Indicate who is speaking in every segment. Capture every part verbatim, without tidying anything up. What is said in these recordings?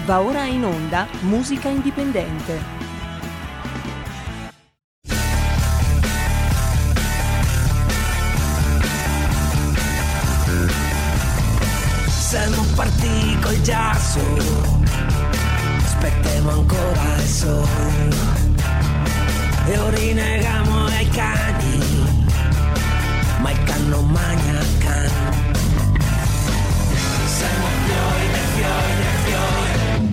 Speaker 1: Va ora in onda Musica Indipendente.
Speaker 2: Siamo partiti col giasso, aspettiamo ancora il sole e ora rinnegamo ai cani, ma il can non magna can. Siamo fiori dei fiori dei fiori,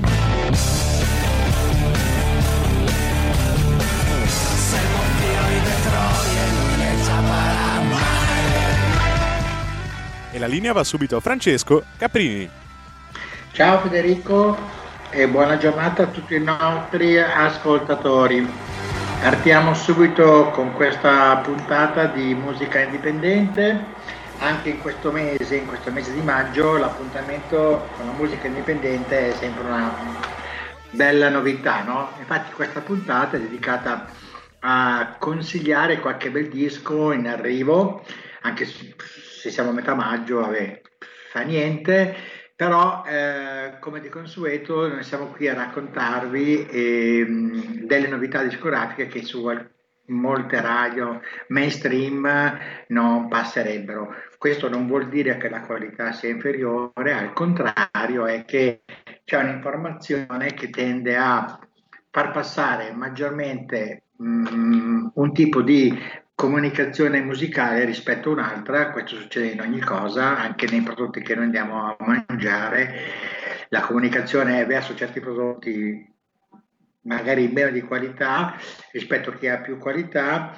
Speaker 2: siamo fiori dei troie, non ne saprà mai.
Speaker 3: E la linea va subito a Francesco Caprini.
Speaker 4: Ciao Federico e buona giornata a tutti i nostri ascoltatori. Partiamo subito con questa puntata di Musica Indipendente. Anche in questo mese, in questo mese di maggio, l'appuntamento con la musica indipendente è sempre una bella novità, no? Infatti questa puntata è dedicata a consigliare qualche bel disco in arrivo, anche se siamo a metà maggio, vabbè, fa niente, però eh, come di consueto noi siamo qui a raccontarvi eh, delle novità discografiche che su molte radio mainstream non passerebbero. Questo non vuol dire che la qualità sia inferiore, al contrario è che c'è un'informazione che tende a far passare maggiormente um, un tipo di comunicazione musicale rispetto a un'altra. Questo succede in ogni cosa, anche nei prodotti che noi andiamo a mangiare. La comunicazione verso certi prodotti magari meno di qualità rispetto a chi ha più qualità,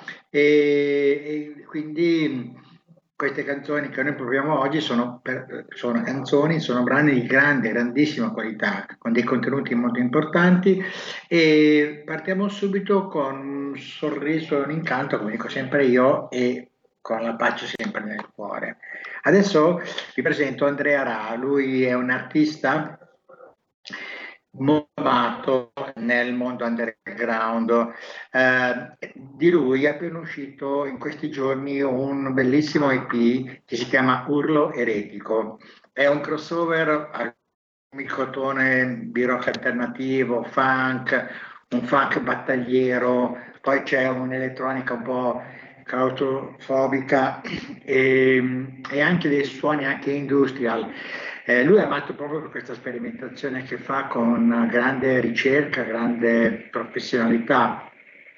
Speaker 4: e, e quindi queste canzoni che noi proviamo oggi sono, per, sono canzoni, sono brani di grande, grandissima qualità, con dei contenuti molto importanti, e partiamo subito con un sorriso e un incanto, come dico sempre io, e con la pace sempre nel cuore. Adesso vi presento Andrea Ra. Lui è un artista molto amato nel mondo underground. Eh, di lui è appena uscito in questi giorni un bellissimo E P che si chiama Urlo Eretico. È un crossover al microtone di rock alternativo, funk, un funk battagliero, poi c'è un'elettronica un po' claustrofobica e, e anche dei suoni anche industrial. Eh, lui è amato proprio per questa sperimentazione che fa con grande ricerca, grande professionalità.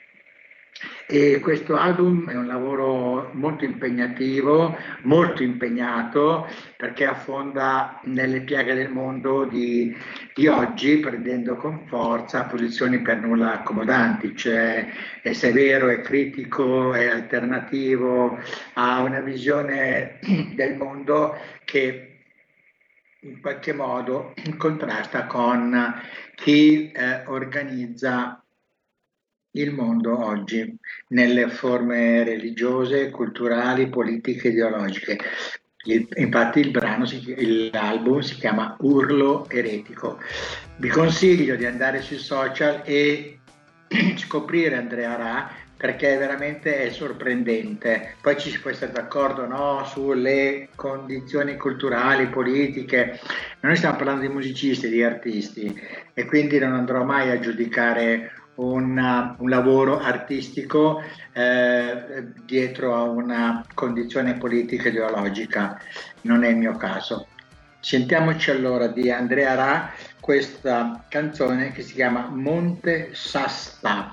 Speaker 4: E questo album è un lavoro molto impegnativo, molto impegnato, perché affonda nelle piaghe del mondo di, di oggi, prendendo con forza posizioni per nulla accomodanti, cioè è severo, è critico, è alternativo, ha una visione del mondo che in qualche modo contrasta con chi eh, organizza il mondo oggi nelle forme religiose, culturali, politiche, ideologiche. Il, infatti il brano, si, l'album si chiama Urlo Eretico. Vi consiglio di andare sui social e scoprire Andrea Ra, perché veramente è sorprendente. Poi ci si può essere d'accordo, no, sulle condizioni culturali, politiche. Noi stiamo parlando di musicisti, di artisti, e quindi non andrò mai a giudicare un, un lavoro artistico eh, dietro a una condizione politica ideologica. Non è il mio caso. Sentiamoci allora di Andrea Ra questa canzone che si chiama Monte Shasta.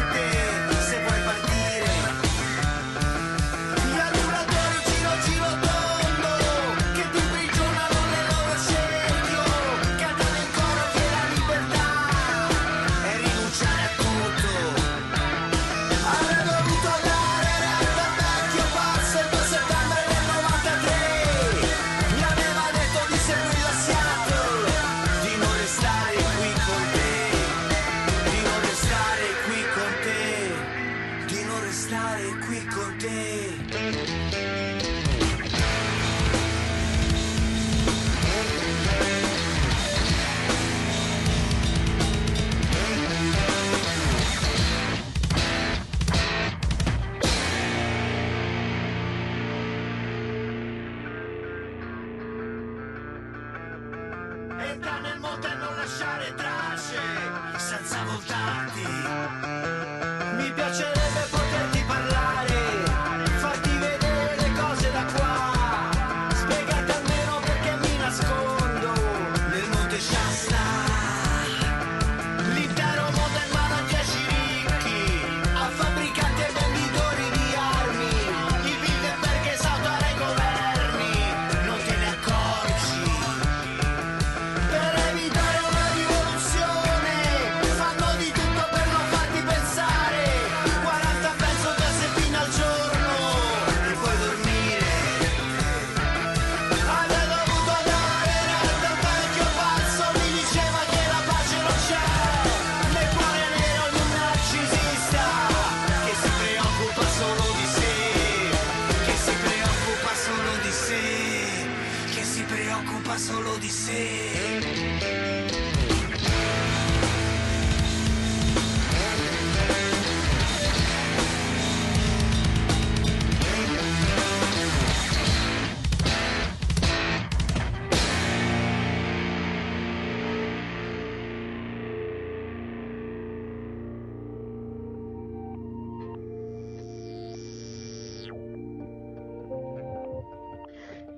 Speaker 2: Giro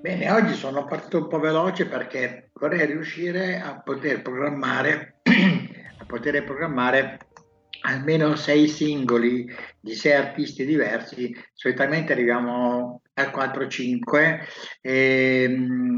Speaker 4: Bene, oggi sono partito un po' veloce perché vorrei riuscire a poter programmare, a poter programmare almeno sei singoli di sei artisti diversi. Solitamente arriviamo a quattro cinque e,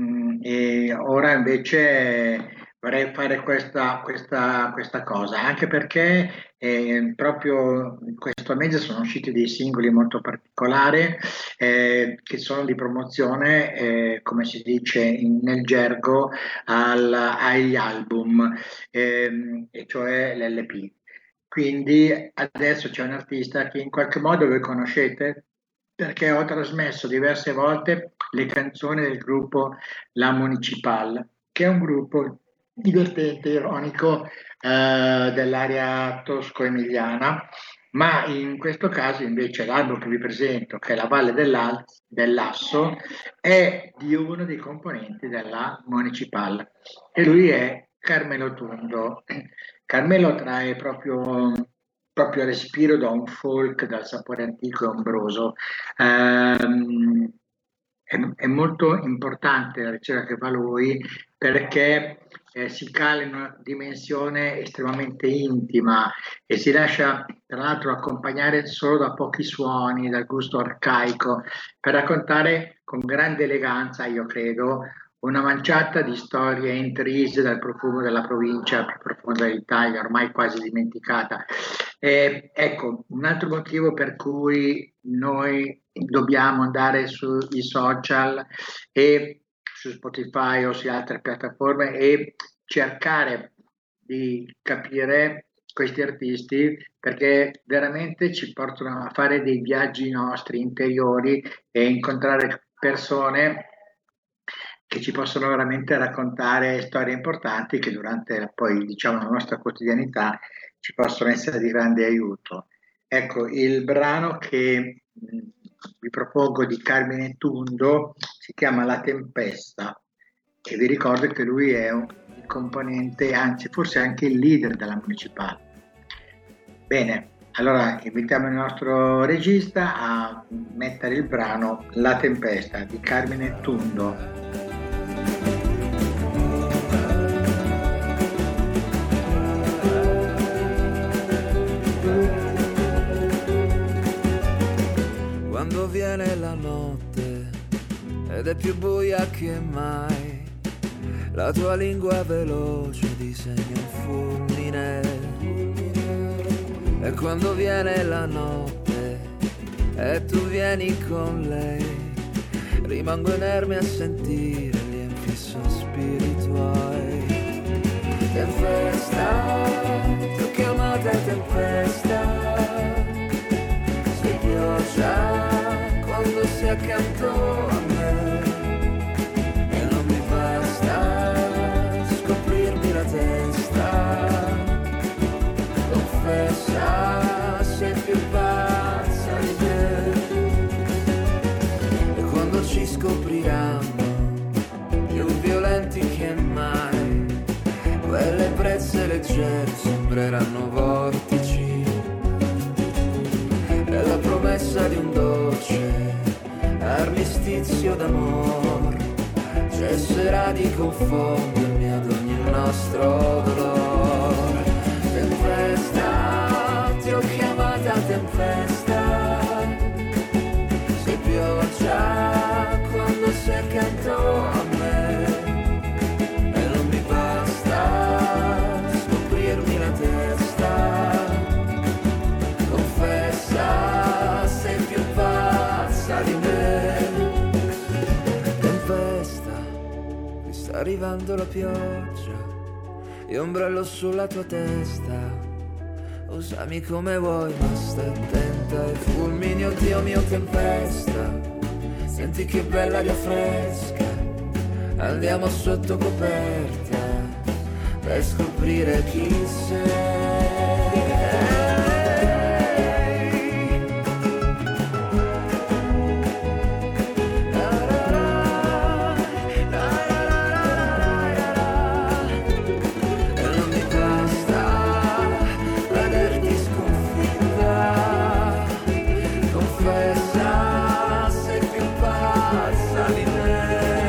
Speaker 4: e ora invece vorrei fare questa, questa, questa cosa, anche perché eh, proprio in questo mese sono usciti dei singoli molto particolari eh, che sono di promozione, eh, come si dice in- nel gergo, al- agli album, ehm, e cioè l'L P. Quindi adesso c'è un artista che in qualche modo voi conoscete perché ho trasmesso diverse volte le canzoni del gruppo La Municipal, che è un gruppo divertente, ironico, eh, dell'area tosco-emiliana, ma in questo caso invece l'album che vi presento, che è La Valle dell'Al- dell'Asso, è di uno dei componenti della Municipal e lui è Carmelo Tundo. Carmelo trae proprio, proprio respiro da un folk dal sapore antico e ombroso. Ehm, è, è molto importante la ricerca che fa lui perché eh, si cala in una dimensione estremamente intima e si lascia tra l'altro accompagnare solo da pochi suoni, dal gusto arcaico, per raccontare con grande eleganza, io credo, una manciata di storie intrise dal profumo della provincia più profonda d'Italia, ormai quasi dimenticata. Eh, ecco, un altro motivo per cui noi dobbiamo andare sui social e su Spotify o su altre piattaforme e cercare di capire questi artisti perché veramente ci portano a fare dei viaggi nostri interiori e incontrare persone che ci possono veramente raccontare storie importanti che durante poi diciamo la nostra quotidianità ci possono essere di grande aiuto. Ecco, il brano che mh, vi propongo di Carmine Tundo si chiama La Tempesta e vi ricordo che lui è un componente, anzi forse anche il leader della Municipale. Bene, allora invitiamo il nostro regista a mettere il brano La Tempesta di Carmine Tundo.
Speaker 5: Quando viene la notte ed è più buia che mai, la tua lingua veloce disegna un fulmine. E quando viene la notte e tu vieni con lei, rimango inerme a sentire gli empi sospiri tuoi. Tempesta, ti ho chiamata tempesta, sei pioggia quando sei accanto a me, e non mi basta scoprirmi la testa, confessa sei più pazza di me. E quando ci scopriranno più violenti che mai, quelle brezze leggere sembreranno vortici, è la promessa di un dolce armistizio d'amor, cesserà di confondermi ad ogni nostro dolore. Tempesta, ti ho chiamata tempesta, sei pioggia quando sei accanto a me, e non mi basta scoprirmi la testa, confessa sei più pazza di me. Tempesta, mi sta arrivando la pioggia, io ombrello sulla tua testa, usami come vuoi ma stai attenta ai fulmini, oddio mio. Tempesta, senti che bella aria fresca, andiamo sotto coperta per scoprire chi sei. Confessa sei più pazza di me.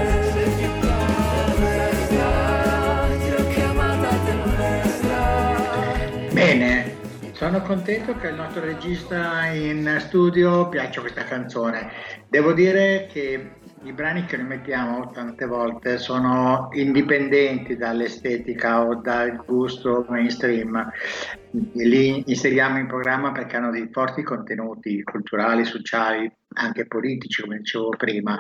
Speaker 4: Sono contento che il nostro regista in studio piaccia questa canzone. Devo dire che i brani che noi mettiamo tante volte sono indipendenti dall'estetica o dal gusto mainstream. Li inseriamo in programma perché hanno dei forti contenuti culturali, sociali, anche politici, come dicevo prima.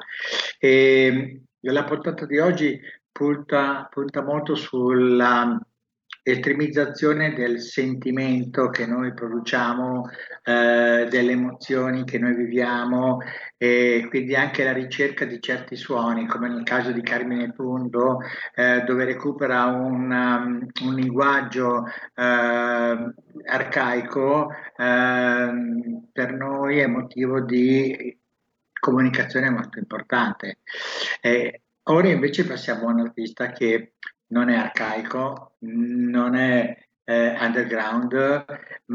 Speaker 4: E la puntata di oggi punta, punta molto sulla estremizzazione del sentimento che noi produciamo, eh, delle emozioni che noi viviamo, e quindi anche la ricerca di certi suoni, come nel caso di Carmine Tundo, eh, dove recupera un, um, un linguaggio eh, arcaico, eh, per noi è motivo di comunicazione molto importante. Eh, ora invece passiamo a un artista che non è arcaico, non è eh, underground,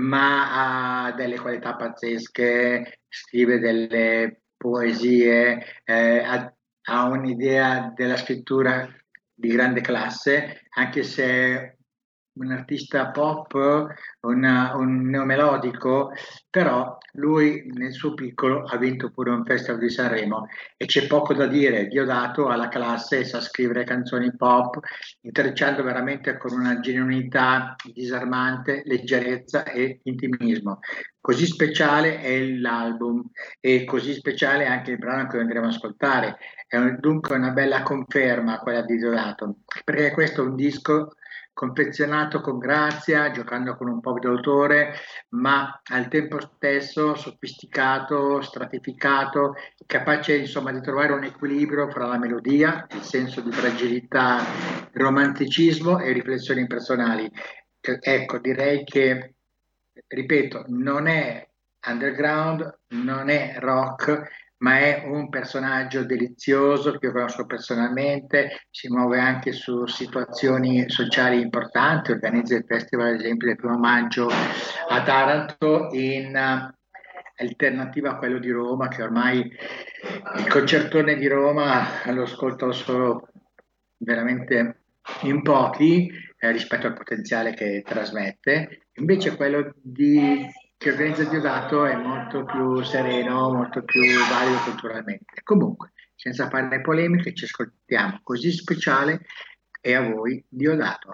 Speaker 4: ma ha delle qualità pazzesche, scrive delle poesie, eh, ha, ha un'idea della scrittura di grande classe, anche se è un artista pop, una, un neomelodico, però lui nel suo piccolo ha vinto pure un festival di Sanremo e c'è poco da dire. Diodato ha la classe e sa scrivere canzoni pop, intrecciando veramente con una genuinità disarmante, leggerezza e intimismo. Così speciale è l'album e così speciale anche il brano che andremo ad ascoltare. È un, dunque una bella conferma quella di Diodato, perché questo è un disco confezionato con grazia, giocando con un po' d'autore, ma al tempo stesso sofisticato, stratificato, capace insomma di trovare un equilibrio fra la melodia, il senso di fragilità, il romanticismo e riflessioni personali. Ecco, direi che, ripeto, non è underground, non è rock, ma è un personaggio delizioso che io conosco personalmente, si muove anche su situazioni sociali importanti, organizza il festival ad esempio del primo maggio a Taranto in uh, alternativa a quello di Roma, che ormai il concertone di Roma lo ascolto solo veramente in pochi eh, rispetto al potenziale che trasmette, invece quello di che organizza Diodato è molto più sereno, molto più valido culturalmente. Comunque, senza fare polemiche, ci ascoltiamo. Così speciale e a voi Diodato.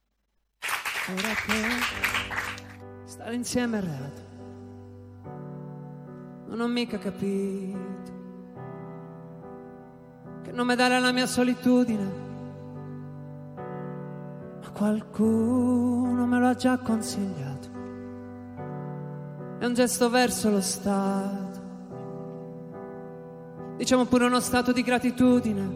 Speaker 6: Ora che stare insieme è reato, non ho mica capito che nome dare alla mia solitudine, ma qualcuno me lo ha già consigliato. È un gesto verso lo Stato, diciamo pure uno stato di gratitudine.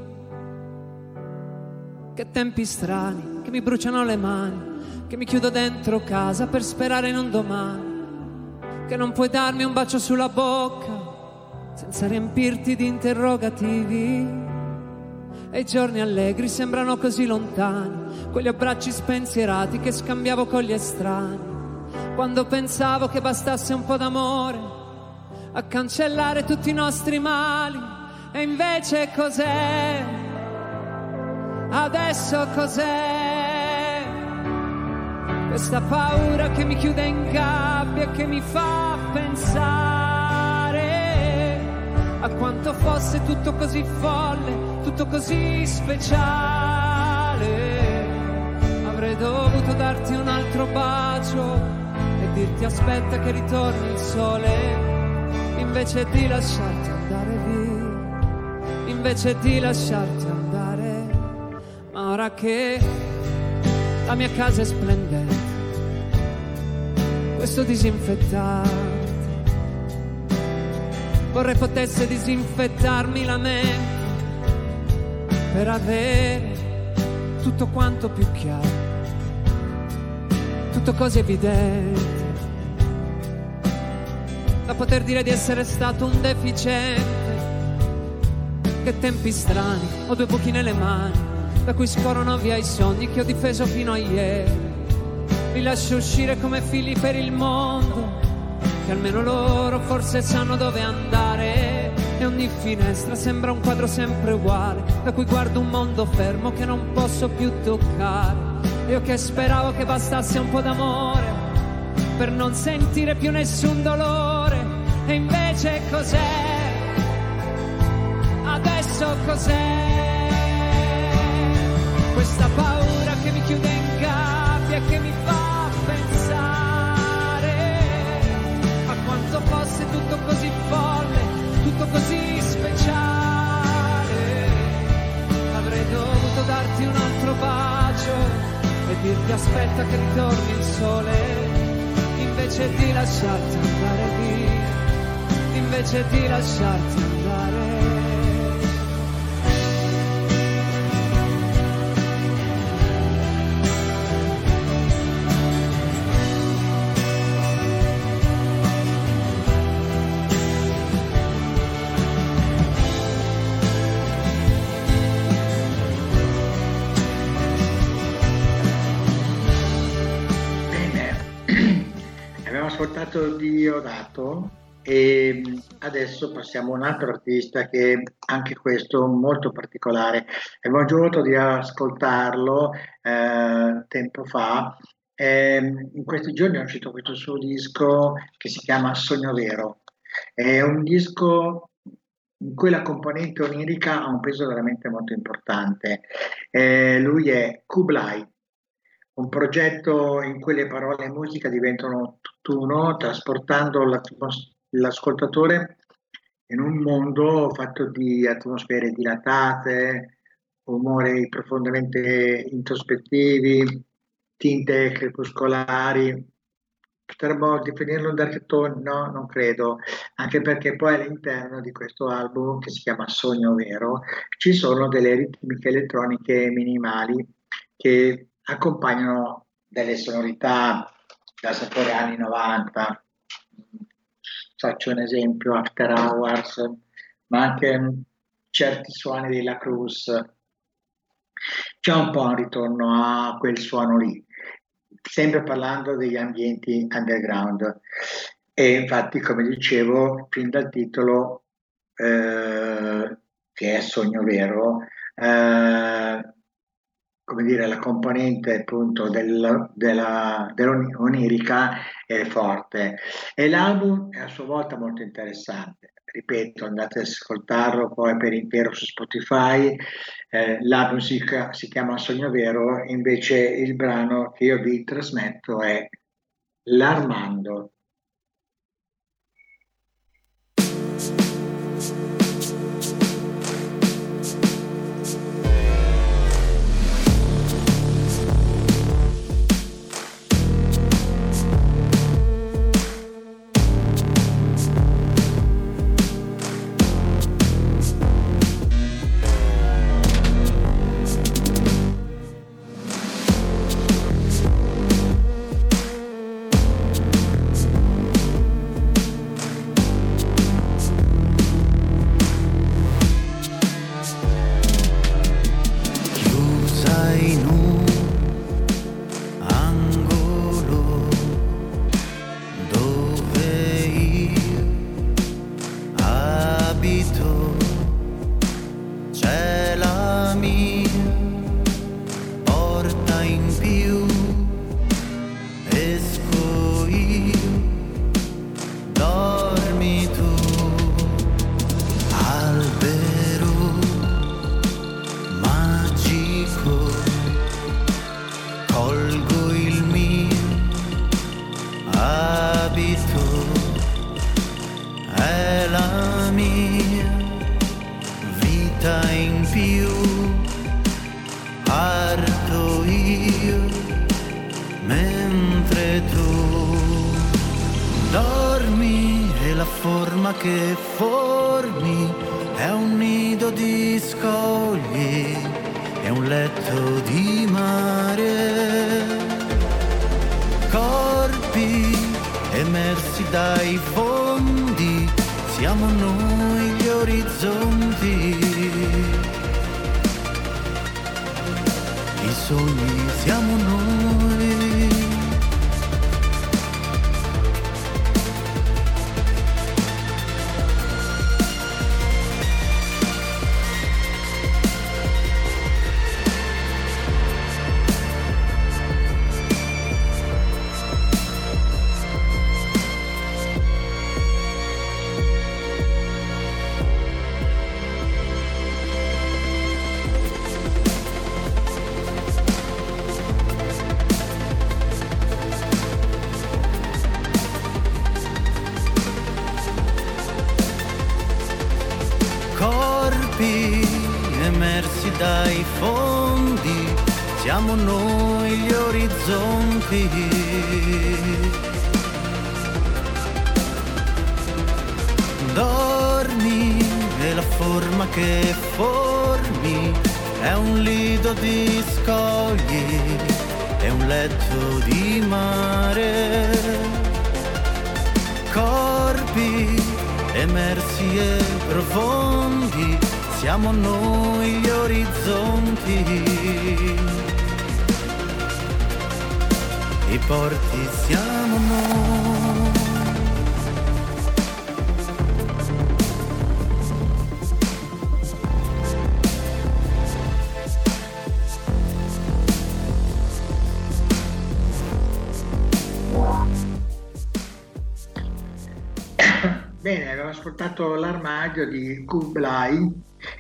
Speaker 6: Che tempi strani, che mi bruciano le mani, che mi chiudo dentro casa per sperare in un domani, che non puoi darmi un bacio sulla bocca senza riempirti di interrogativi. E i giorni allegri sembrano così lontani, quegli abbracci spensierati che scambiavo con gli estranei, quando pensavo che bastasse un po' d'amore a cancellare tutti i nostri mali. E invece cos'è? Adesso cos'è? Questa paura che mi chiude in gabbia e che mi fa pensare a quanto fosse tutto così folle, tutto così speciale. Avrei dovuto darti un altro bacio e dirti aspetta che ritorni il sole, invece di lasciarti andare via, invece di lasciarti andare. Ma ora che la mia casa è splendente, questo disinfettante, vorrei potesse disinfettarmi la mente per avere tutto quanto più chiaro, tutto così evidente, da poter dire di essere stato un deficiente. Che tempi strani, ho due buchi nelle mani da cui scorrono via i sogni che ho difeso fino a ieri. Li lascio uscire come figli per il mondo, che almeno loro forse sanno dove andare. E ogni finestra sembra un quadro sempre uguale, da cui guardo un mondo fermo che non posso più toccare. Io che speravo che bastasse un po' d'amore per non sentire più nessun dolore. E invece cos'è? Adesso cos'è? Questa paura che mi chiude in gabbia e che mi fa pensare a quanto fosse tutto così folle, tutto così speciale. Avrei dovuto darti un altro bacio e dirti aspetta che ritorni il sole, invece di lasciarti andare via, invece di lasciarti andare.
Speaker 4: Ascoltato Diodato e adesso passiamo a un altro artista che anche questo molto particolare. Abbiamo giunto di ascoltarlo eh, tempo fa. Eh, in questi giorni è uscito questo suo disco che si chiama Sogno Vero. È un disco in cui la componente onirica ha un peso veramente molto importante. Eh, lui è Kublai, un progetto in cui le parole e musica diventano tutt'uno, trasportando l'ascoltatore in un mondo fatto di atmosfere dilatate, umori profondamente introspettivi, tinte crepuscolari. Potremmo definirlo un dark tone? No, non credo, anche perché poi all'interno di questo album, che si chiama Sogno Vero, ci sono delle ritmiche elettroniche minimali che accompagnano delle sonorità da sapore anni novanta. Faccio un esempio, After Hours, ma anche certi suoni della Cruz. C'è un po' un ritorno a quel suono lì, sempre parlando degli ambienti underground. E infatti, come dicevo, fin dal titolo, eh, che è Sogno Vero, eh, come dire, la componente appunto del, della, dell'onirica è forte. E l'album è a sua volta molto interessante. Ripeto, andate ad ascoltarlo poi per intero su Spotify. Eh, l'album si, si chiama Sogno Vero, invece il brano che io vi trasmetto è L'Armando.
Speaker 7: emersi dai fondi, siamo noi gli orizzonti. Dormi e la forma che formi è un lido di scogli, è un letto di mare. Corpi emersi e profondi, siamo noi gli orizzonti. I porti siamo noi.
Speaker 4: Bene, abbiamo ascoltato L'armadio di Kublai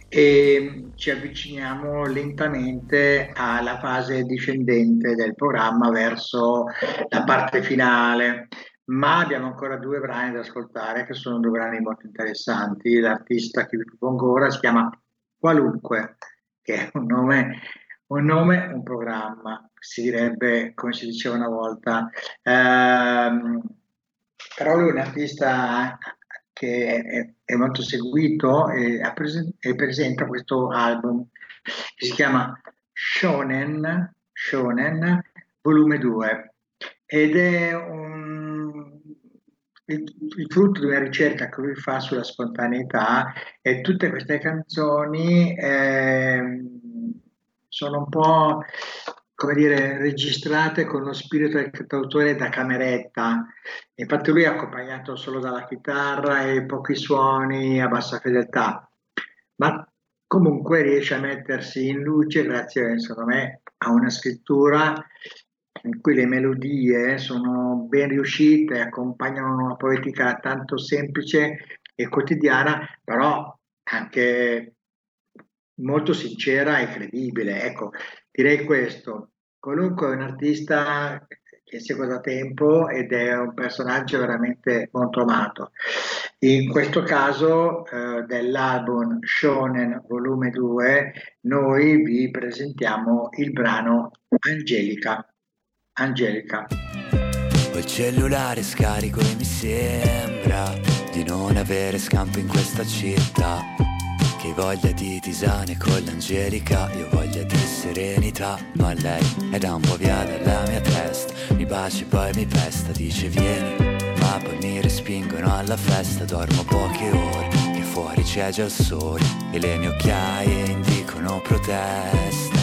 Speaker 4: e ci avviciniamo lentamente alla fase discendente del programma verso la parte finale, ma abbiamo ancora due brani da ascoltare che sono due brani molto interessanti. L'artista che vi propongo ora si chiama Qualunque, che è un nome, un nome, un programma, si direbbe, come si diceva una volta. Ehm, però lui è un artista che è, è molto seguito e, e presenta questo album che si chiama Shonen, Shonen volume due, ed è un, il, il frutto di una ricerca che lui fa sulla spontaneità, e tutte queste canzoni eh, sono un po', come dire, registrate con lo spirito del cantautore da cameretta. Infatti lui è accompagnato solo dalla chitarra e pochi suoni a bassa fedeltà, ma comunque riesce a mettersi in luce grazie, secondo me, a una scrittura in cui le melodie sono ben riuscite, accompagnano una poetica tanto semplice e quotidiana, però anche molto sincera e credibile. Ecco, direi questo. Qualunque è un artista che seguo da tempo ed è un personaggio veramente molto amato. In questo caso eh, dell'album Shonen volume due noi vi presentiamo il brano Angelica. Angelica.
Speaker 5: Ho il cellulare scarico e mi sembra di non avere scampo in questa città. Che voglia di tisane con l'Angelica, io voglia di serenità, ma lei è da un po' via dalla mia testa. Mi bacia e poi mi pesta, dice vieni, ma poi mi respingono alla festa. Dormo poche ore, che fuori c'è già il sole e le mie occhiaie indicano protesta.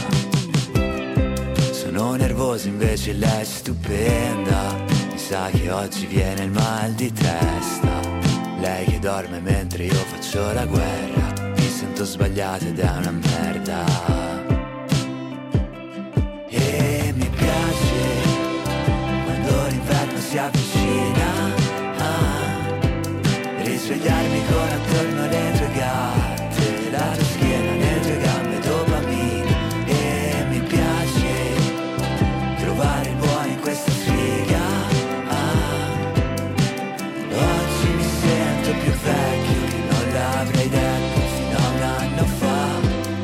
Speaker 5: Sono nervoso invece lei è stupenda, mi sa che oggi viene il mal di testa. Lei che dorme mentre io faccio la guerra, sento sbagliato ed è una merda. E mi piace quando l'inverno si avvicina, ah, risvegliarmi con attorno le tue gatte, la tua schiena, le tue gambe, dopamina. E mi piace trovare il buono in questa sfiga, ah, oggi mi sento più vecchio che non l'avrei detto un anno fa.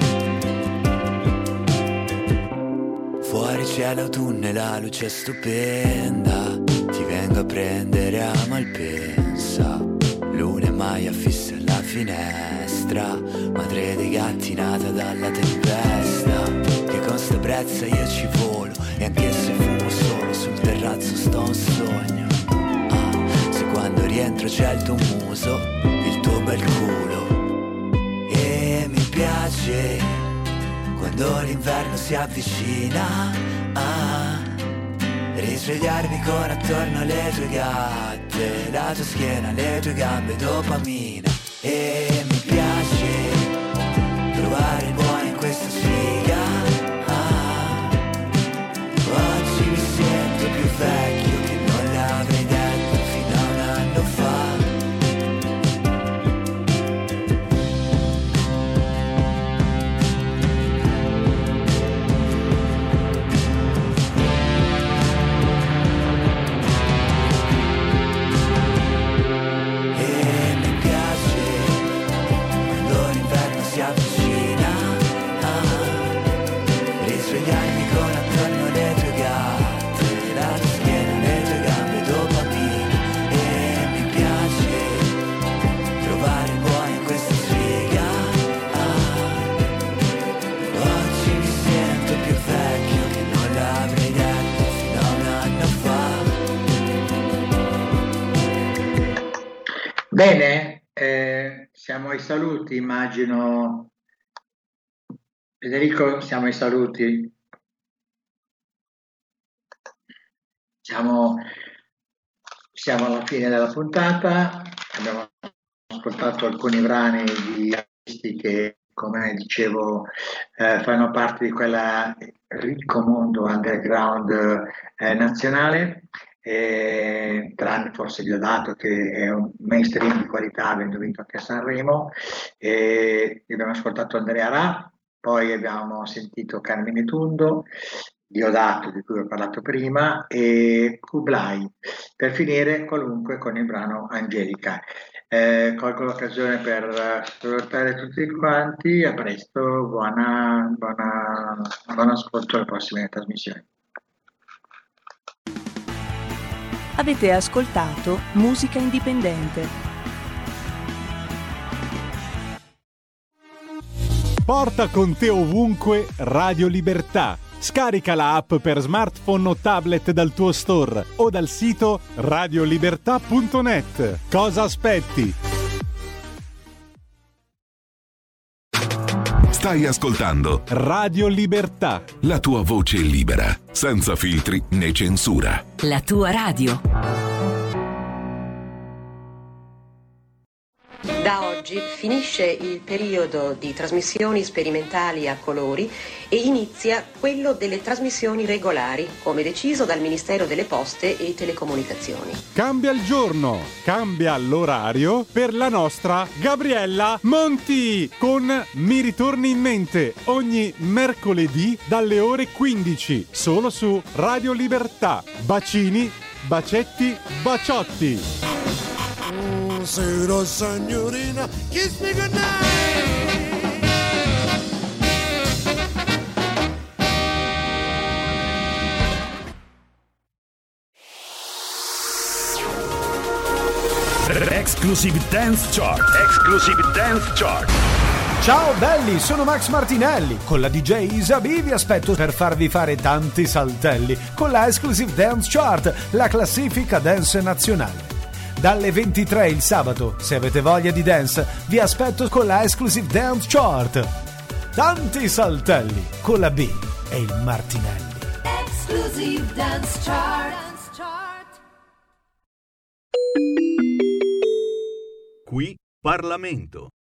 Speaker 5: Fuori c'è l'autunno e la luce è stupenda, ti vengo a prendere a Malpensa. Luna e Maia fissa alla finestra, madre dei gatti nata dalla tempesta. Che con sta brezza io ci volo, e anche se fumo solo sul terrazzo sto un sogno, ah, se quando rientro c'è il tuo muso, il tuo bel culo. Mi piace quando l'inverno si avvicina, ah, risvegliarmi con attorno le tue gatte, la tua schiena, le tue gambe, dopamina. E mi piace trovare il buono in questa sfiga, ah, oggi mi sento più vecchio che non l'avrei detto fino a un anno fa. Si avvicina,
Speaker 4: Bene, eh, siamo ai saluti, immagino. Federico, siamo ai saluti. Siamo, siamo alla fine della puntata, abbiamo ascoltato alcuni brani di artisti che, come dicevo, eh, fanno parte di quel ricco mondo underground eh, nazionale. Eh, tranne forse Diodato, che è un mainstream di qualità, avendo vinto anche a Sanremo. Eh, abbiamo ascoltato Andrea Ra, poi abbiamo sentito Carmine Tundo, Diodato, di cui ho parlato prima, e Kublai, per finire qualunque con il brano Angelica. Eh, colgo l'occasione per salutare tutti quanti, a presto, buona, buona, buon ascolto alle prossime trasmissioni.
Speaker 1: Avete ascoltato Musica Indipendente.
Speaker 8: Porta con te ovunque Radio Libertà. Scarica la app per smartphone o tablet dal tuo store o dal sito radiolibertà punto net. Cosa aspetti?
Speaker 9: Stai ascoltando
Speaker 8: Radio Libertà.
Speaker 9: La tua voce libera, senza filtri né censura.
Speaker 10: La tua radio.
Speaker 11: Da oggi finisce il periodo di trasmissioni sperimentali a colori e inizia quello delle trasmissioni regolari, come deciso dal Ministero delle Poste e Telecomunicazioni.
Speaker 8: Cambia il giorno, cambia l'orario per la nostra Gabriella Monti con Mi ritorni in mente ogni mercoledì dalle ore quindici, solo su Radio Libertà. Bacini, bacetti, baciotti.
Speaker 12: Buonasera signorina, kiss me goodnight.
Speaker 13: Exclusive Dance Chart. Exclusive Dance Chart.
Speaker 14: Ciao belli, sono Max Martinelli. Con la D J Isabi vi aspetto per farvi fare tanti saltelli con la Exclusive Dance Chart, la classifica dance nazionale. Dalle ventitré il sabato, se avete voglia di dance, vi aspetto con la Exclusive Dance Chart. Tanti saltelli con la B e il Martinelli.
Speaker 15: Exclusive Dance Chart.
Speaker 13: Qui Parlamento.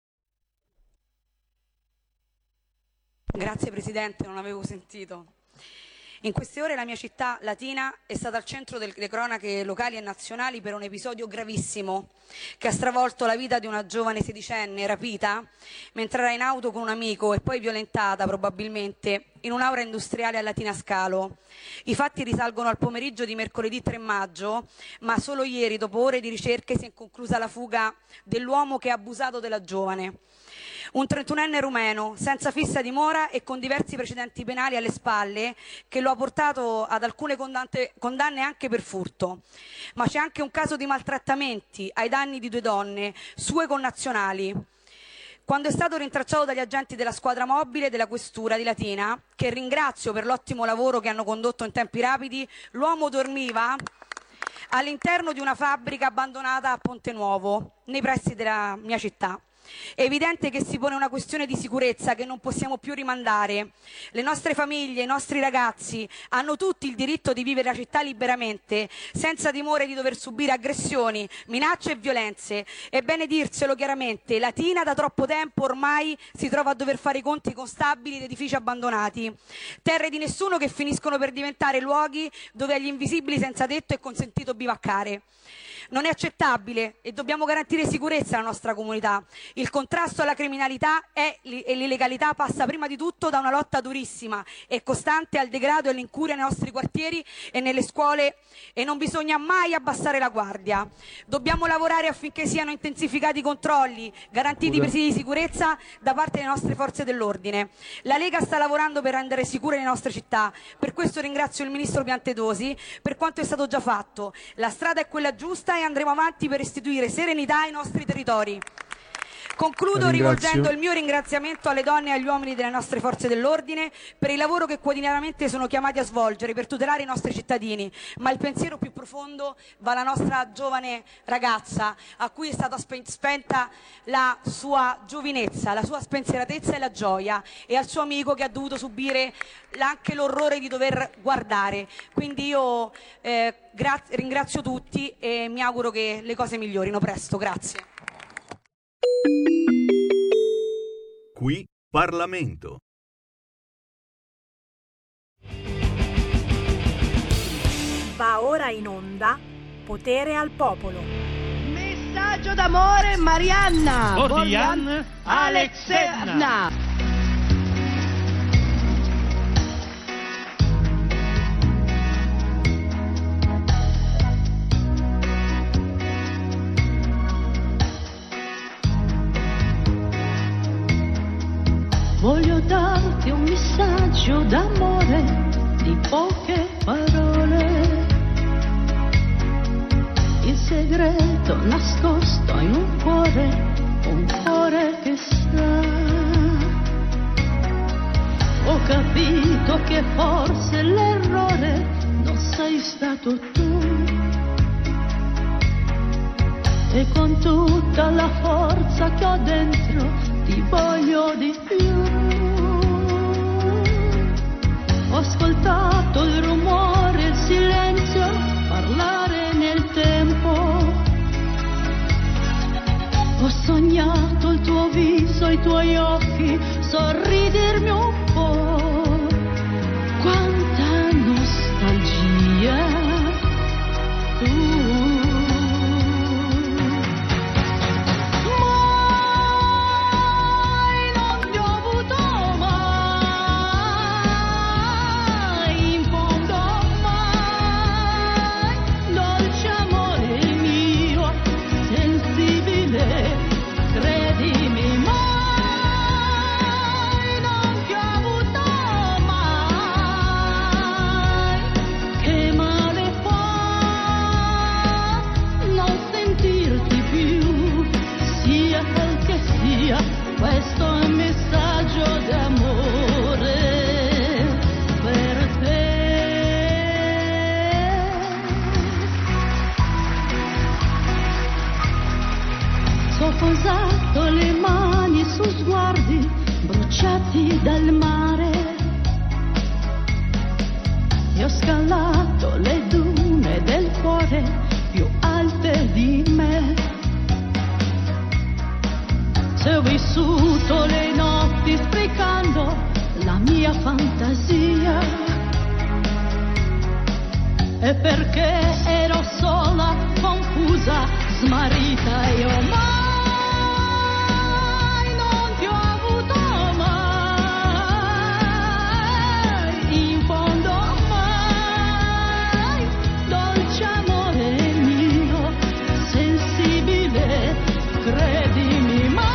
Speaker 16: Grazie Presidente, non avevo sentito. In queste ore la mia città, Latina, è stata al centro delle cronache locali e nazionali per un episodio gravissimo che ha stravolto la vita di una giovane sedicenne rapita mentre era in auto con un amico e poi violentata probabilmente in un'aula industriale a Latina Scalo. I fatti risalgono al pomeriggio di mercoledì tre maggio, ma solo ieri, dopo ore di ricerche, si è conclusa la fuga dell'uomo che ha abusato della giovane. Un trentunenne rumeno, senza fissa dimora e con diversi precedenti penali alle spalle, che lo ha portato ad alcune condanne anche per furto. Ma c'è anche un caso di maltrattamenti ai danni di due donne, sue connazionali. Quando è stato rintracciato dagli agenti della squadra mobile della questura di Latina, che ringrazio per l'ottimo lavoro che hanno condotto in tempi rapidi, l'uomo dormiva all'interno di una fabbrica abbandonata a Ponte Nuovo, nei pressi della mia città. È evidente che si pone una questione di sicurezza che non possiamo più rimandare. Le nostre famiglie, i nostri ragazzi hanno tutti il diritto di vivere la città liberamente, senza timore di dover subire aggressioni, minacce e violenze. È bene dirselo chiaramente, Latina da troppo tempo ormai si trova a dover fare i conti con stabili ed edifici abbandonati, terre di nessuno che finiscono per diventare luoghi dove agli invisibili senza tetto è consentito bivaccare. Non è accettabile e dobbiamo garantire sicurezza alla nostra comunità. Il contrasto alla criminalità e l'illegalità passa prima di tutto da una lotta durissima e costante al degrado e all'incuria nei nostri quartieri e nelle scuole, e non bisogna mai abbassare la guardia. Dobbiamo lavorare affinché siano intensificati i controlli, garantiti i presidi di sicurezza da parte delle nostre forze dell'ordine. La Lega sta lavorando per rendere sicure le nostre città. Per questo ringrazio il Ministro Piantedosi per quanto è stato già fatto. La strada è quella giusta e andremo avanti per restituire serenità ai nostri territori. Concludo rivolgendo il mio ringraziamento alle donne e agli uomini delle nostre forze dell'ordine per il lavoro che quotidianamente sono chiamati a svolgere per tutelare i nostri cittadini, ma il pensiero più profondo va alla nostra giovane ragazza a cui è stata spenta la sua giovinezza, la sua spensieratezza e la gioia, e al suo amico che ha dovuto subire anche l'orrore di dover guardare. Quindi io eh, gra- ringrazio tutti e mi auguro che le cose migliorino presto. Grazie.
Speaker 13: Qui Parlamento.
Speaker 10: Va ora in onda Potere al Popolo.
Speaker 17: Messaggio d'amore Marianna
Speaker 18: Bordian
Speaker 17: Alexerna.
Speaker 19: Voglio darti un messaggio d'amore di poche parole, il segreto nascosto in un cuore, un cuore che sa. Ho capito che forse l'errore non sei stato tu, e con tutta la forza che ho dentro ti voglio di più. Ho ascoltato il rumore, il silenzio, parlare nel tempo. Ho sognato il tuo viso, i tuoi occhi, sorridermi un po'. Quanta nostalgia tu. Questo è un messaggio d'amore per te. Ho posato le mani su sguardi bruciati dal mare e ho scalato le dune del cuore più alte di me. Se ho vissuto le notti sprecando la mia fantasia, è perché ero sola, confusa, smarrita e ormai non ti ho avuto mai, in fondo mai, dolce amore mio, sensibile, credimi mai.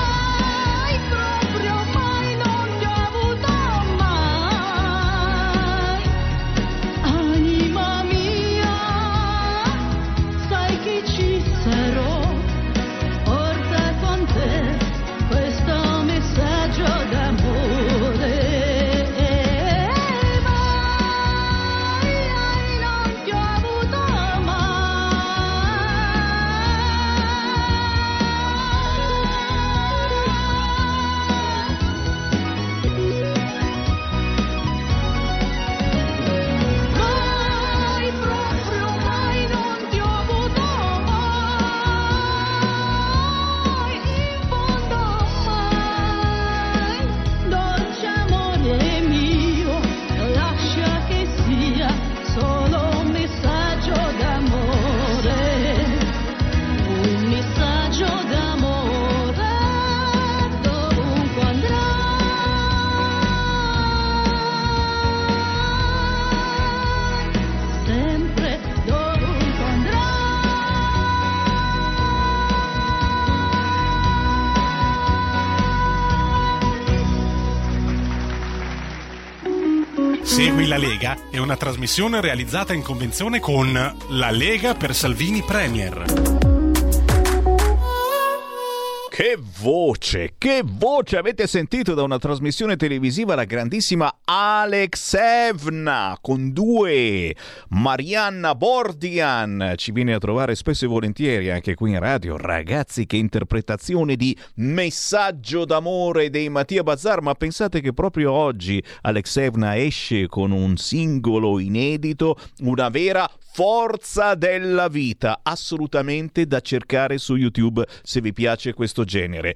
Speaker 8: Segui la Lega è una trasmissione realizzata in convenzione con La Lega per Salvini Premier.
Speaker 18: Che voce, che voce avete sentito da una trasmissione televisiva, la grandissima Alexevna con due. Marianna Bordian ci viene a trovare spesso e volentieri anche qui in radio. Ragazzi, che interpretazione di Messaggio d'amore dei Mattia Bazar, ma pensate che proprio oggi Alexevna esce con un singolo inedito, una vera forza della vita, assolutamente da cercare su YouTube se vi piace questo genere.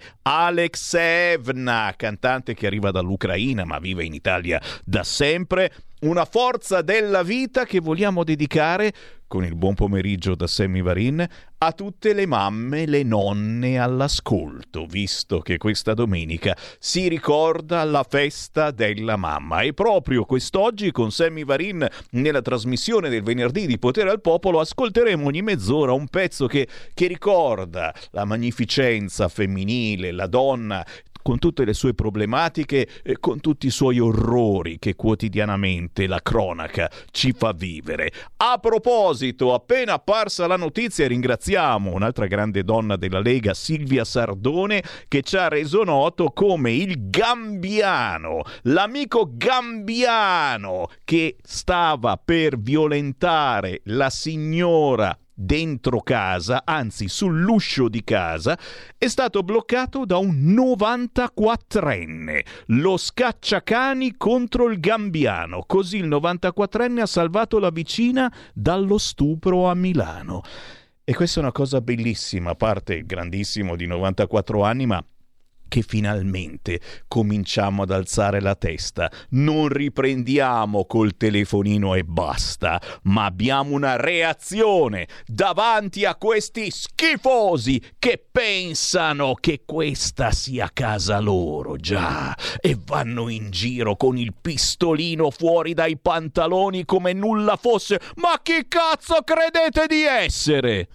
Speaker 18: Alexevna, cantante che arriva dall'Ucraina ma vive in Italia da sempre, una forza della vita che vogliamo dedicare, con il buon pomeriggio da Sammy Varin, a tutte le mamme, le nonne all'ascolto, visto che questa domenica si ricorda la festa della mamma. E proprio quest'oggi con Sammy Varin, nella trasmissione del venerdì di Potere al Popolo, ascolteremo ogni mezz'ora un pezzo che, che ricorda la magnificenza femminile, la donna, con tutte le sue problematiche e con tutti i suoi orrori che quotidianamente la cronaca ci fa vivere. A proposito, appena apparsa la notizia, ringraziamo un'altra grande donna della Lega, Silvia Sardone, che ci ha reso noto come il Gambiano, l'amico Gambiano che stava per violentare la signora dentro casa, anzi sull'uscio di casa, è stato bloccato da un novantaquattrenne. Lo scacciacani contro il Gambiano. Così il novantaquattrenne ha salvato la vicina dallo stupro a Milano. E questa è una cosa bellissima, a parte il grandissimo di novantaquattro anni, ma che finalmente cominciamo ad alzare la testa. Non riprendiamo col telefonino e basta, ma abbiamo una reazione davanti a questi schifosi che pensano che questa sia casa loro, già, e vanno in giro con il pistolino fuori dai pantaloni come nulla fosse. Ma chi cazzo credete di essere?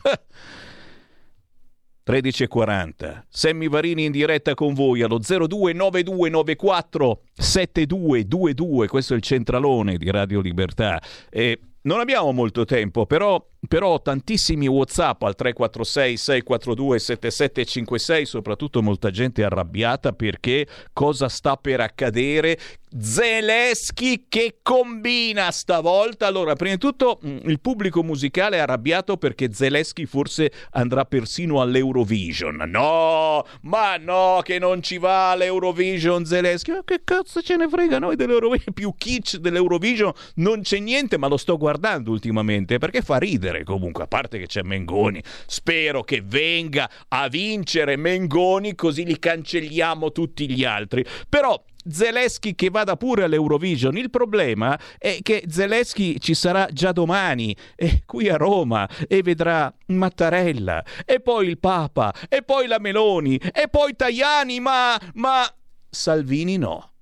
Speaker 18: tredici e quaranta, Sammy Varini in diretta con voi allo zero due nove due nove quattro sette due due due, questo è il centralone di Radio Libertà. E non abbiamo molto tempo, però, però tantissimi WhatsApp al tre quattro sei sei quattro due sette sette cinque sei, soprattutto molta gente arrabbiata perché cosa sta per accadere. Zelensky che combina stavolta. Allora, prima di tutto il pubblico musicale è arrabbiato perché Zelensky forse andrà persino all'Eurovision. No, ma no, che non ci va all'Eurovision Zelensky. Ma che cazzo ce ne frega noi dell'Eurovision? Più kitsch dell'Eurovision non c'è niente, ma lo sto guardando ultimamente perché fa ridere comunque, a parte che c'è Mengoni. Spero che venga a vincere Mengoni, così li cancelliamo tutti gli altri. Però Zelensky che vada pure all'Eurovision. Il problema è che Zelensky ci sarà già domani eh, qui a Roma e vedrà Mattarella e poi il Papa e poi la Meloni e poi Tajani, ma ma Salvini no.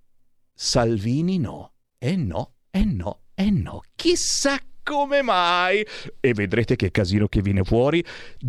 Speaker 18: Salvini no. E no, e no, e no. Chissà come mai? E vedrete che casino che viene fuori.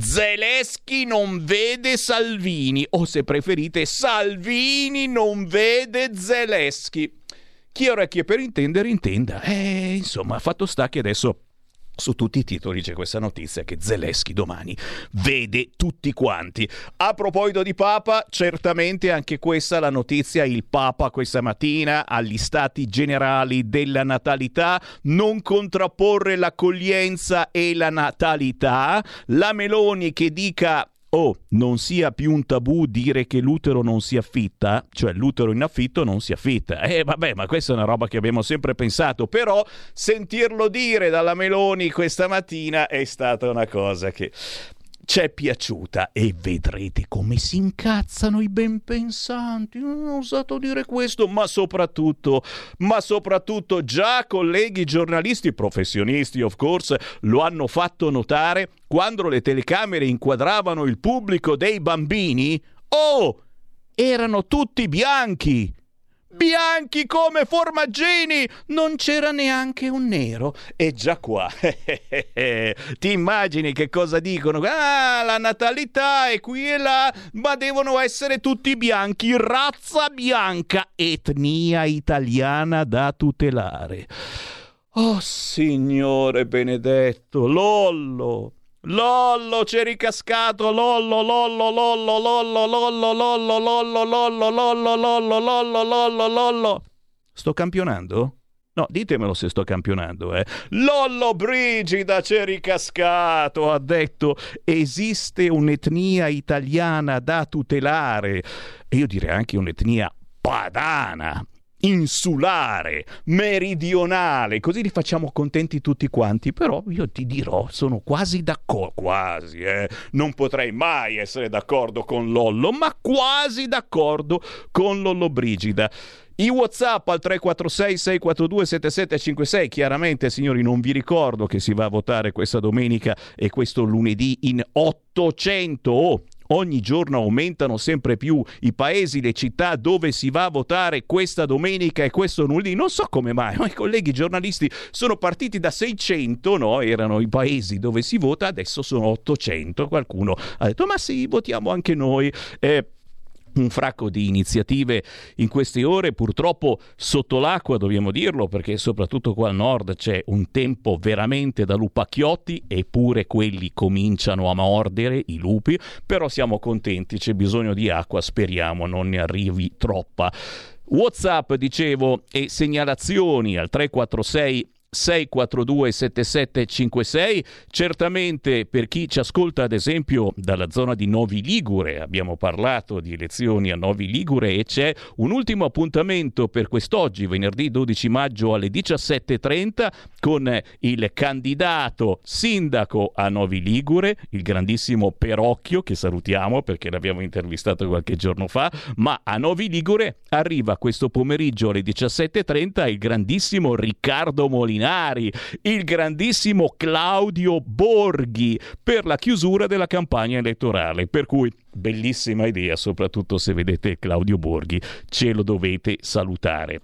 Speaker 18: Zelensky non vede Salvini, o se preferite Salvini non vede Zelensky. Chi ha orecchie per intendere intenda. E insomma, fatto sta che adesso su tutti i titoli c'è questa notizia che Zelensky domani vede tutti quanti. A proposito di Papa, certamente anche questa la notizia. Il Papa questa mattina agli stati generali della natalità: non contrapporre l'accoglienza e la natalità. La Meloni che dica: oh, non sia più un tabù dire che l'utero non si affitta, cioè l'utero in affitto non si affitta. Eh vabbè, ma questa è una roba che abbiamo sempre pensato, però sentirlo dire dalla Meloni questa mattina è stata una cosa che ci è piaciuta, e vedrete come si incazzano i benpensanti. Non ho osato dire questo, ma soprattutto, ma soprattutto già colleghi giornalisti, professionisti of course, lo hanno fatto notare quando le telecamere inquadravano il pubblico dei bambini. Oh, erano tutti bianchi! Bianchi come formaggini, non c'era neanche un nero. E già qua ti immagini che cosa dicono? Ah, la natalità è qui e là, ma devono essere tutti bianchi, razza bianca, etnia italiana da tutelare. Oh Signore benedetto, Lollo, Lollo, c'è ricascato, Lollo, Lollo, Lollo, Lollo, Lollo, Lollo, Lollo, Lollo, Lollo, Lollo, Lollo, Lollo, Lollo. Sto campionando? No, ditemelo se sto campionando, eh. Lollo Brigida c'è ricascato, ha detto esiste un'etnia italiana da tutelare. E io direi anche un'etnia padana, insulare, meridionale, così li facciamo contenti tutti quanti. Però io ti dirò, sono quasi d'accordo, quasi, eh. Non potrei mai essere d'accordo con Lollo, ma quasi d'accordo con Lollo Brigida. I WhatsApp al tre quattro sei sei quattro due sette sette cinque sei. Chiaramente, signori, non vi ricordo che si va a votare questa domenica e questo lunedì in ottocento. Oh, ogni giorno aumentano sempre più i paesi, le città dove si va a votare questa domenica e questo lunedì. Non so come mai, ma i colleghi giornalisti sono partiti da seicento, no? Erano i paesi dove si vota, adesso sono ottocento. Qualcuno ha detto, ma sì, votiamo anche noi. Eh, Un fracco di iniziative in queste ore, purtroppo sotto l'acqua, dobbiamo dirlo, perché soprattutto qua al nord c'è un tempo veramente da lupacchiotti, eppure quelli cominciano a mordere, i lupi. Però siamo contenti, c'è bisogno di acqua, speriamo non ne arrivi troppa. WhatsApp, dicevo, e segnalazioni al tre quattro sei sei quattro due sette sette cinque sei. Certamente per chi ci ascolta ad esempio dalla zona di Novi Ligure, abbiamo parlato di elezioni a Novi Ligure e c'è un ultimo appuntamento per quest'oggi, venerdì dodici maggio alle diciassette e trenta, con il candidato sindaco a Novi Ligure, il grandissimo Perocchio, che salutiamo perché l'abbiamo intervistato qualche giorno fa. Ma a Novi Ligure arriva questo pomeriggio alle diciassette e trenta il grandissimo Riccardo Molinari, il grandissimo Claudio Borghi, per la chiusura della campagna elettorale. Per cui bellissima idea, soprattutto se vedete Claudio Borghi, ce lo dovete salutare.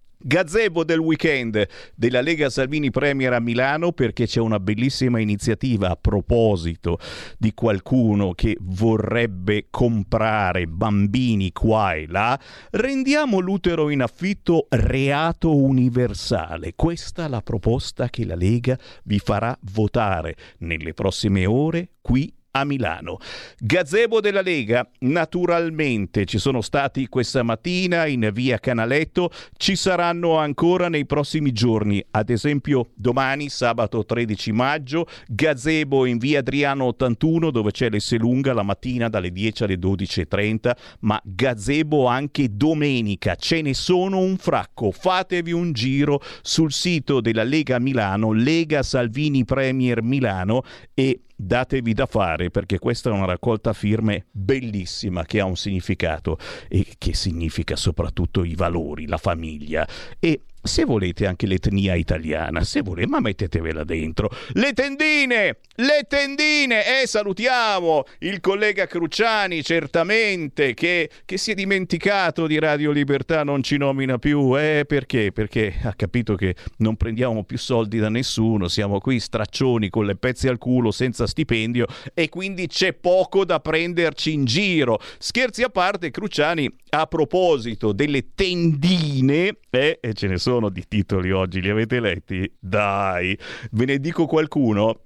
Speaker 18: Gazebo del weekend della Lega Salvini Premier a Milano, perché c'è una bellissima iniziativa a proposito di qualcuno che vorrebbe comprare bambini qua e là. Rendiamo l'utero in affitto reato universale. Questa è la proposta che la Lega vi farà votare nelle prossime ore qui a Milano. Gazebo della Lega, naturalmente ci sono stati questa mattina in via Canaletto, ci saranno ancora nei prossimi giorni, ad esempio domani sabato tredici maggio, gazebo in via Adriano ottantuno dove c'è l'Esselunga la mattina dalle dieci alle dodici e trenta, ma gazebo anche domenica, ce ne sono un fracco. Fatevi un giro sul sito della Lega Milano, Lega Salvini Premier Milano, e datevi da fare, perché questa è una raccolta firme bellissima che ha un significato e che significa soprattutto i valori, la famiglia e, se volete, anche l'etnia italiana, se volete, ma mettetevela dentro. Le tendine, le tendine, e salutiamo il collega Cruciani, certamente, che, che si è dimenticato di Radio Libertà, non ci nomina più, eh, perché? Perché ha capito che non prendiamo più soldi da nessuno, siamo qui straccioni con le pezze al culo, senza stipendio, e quindi c'è poco da prenderci in giro. Scherzi a parte, Cruciani, a proposito delle tendine, eh, e ce ne sono di titoli oggi, li avete letti? Dai, ve ne dico qualcuno.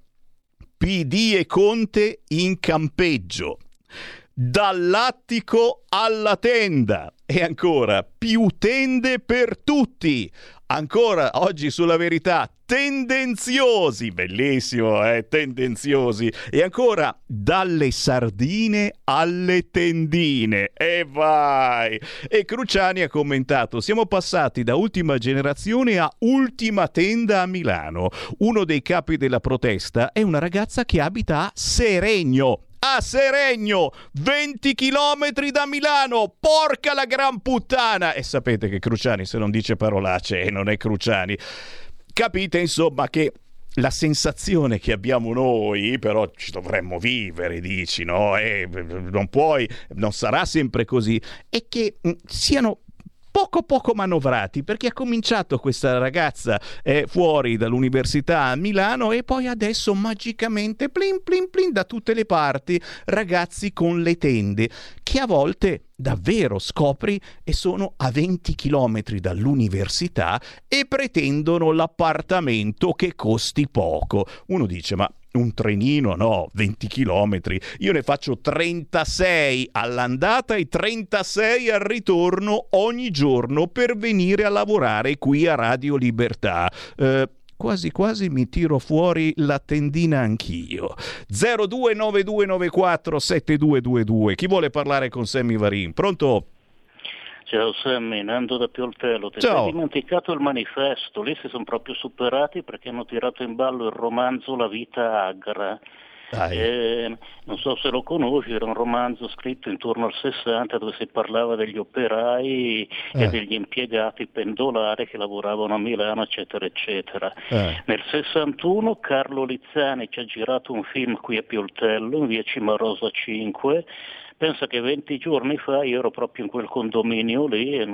Speaker 18: P D e Conte in campeggio, dall'attico alla tenda, e ancora più tende per tutti. Ancora oggi sulla Verità, tendenziosi, bellissimo, eh, tendenziosi. E ancora dalle sardine alle tendine, e vai. E Cruciani ha commentato: siamo passati da ultima generazione a ultima tenda a Milano. Uno dei capi della protesta è una ragazza che abita a Seregno. A Seregno, venti chilometri da Milano, porca la gran puttana! E sapete che Cruciani, se non dice parolacce, non è Cruciani. Capite insomma che la sensazione che abbiamo noi, però ci dovremmo vivere, dici, no? E non puoi, non sarà sempre così, è che mh, siano poco poco manovrati, perché ha cominciato questa ragazza eh, fuori dall'università a Milano e poi adesso magicamente plin plin plin da tutte le parti ragazzi con le tende, che a volte davvero scopri e sono a venti chilometri dall'università e pretendono l'appartamento che costi poco. Uno dice: ma un trenino, no, venti chilometri. Io ne faccio trentasei all'andata e trentasei al ritorno ogni giorno per venire a lavorare qui a Radio Libertà. Eh, quasi quasi mi tiro fuori la tendina anch'io. zero due nove due nove quattro sette due due due. Chi vuole parlare con Sammy Varin? Pronto?
Speaker 20: Ciao Sammy, Nando da Pioltello. Ti
Speaker 18: Ciao.
Speaker 20: sei dimenticato il manifesto, lì si sono proprio superati perché hanno tirato in ballo il romanzo La vita agra. Eh, non so se lo conosci, era un romanzo scritto intorno al sessanta dove si parlava degli operai eh. e degli impiegati pendolari che lavoravano a Milano, eccetera eccetera. Eh. Nel sessantuno Carlo Lizzani ci ha girato un film qui a Pioltello, in via Cimarosa cinque. Pensa che venti giorni fa io ero proprio in quel condominio lì, in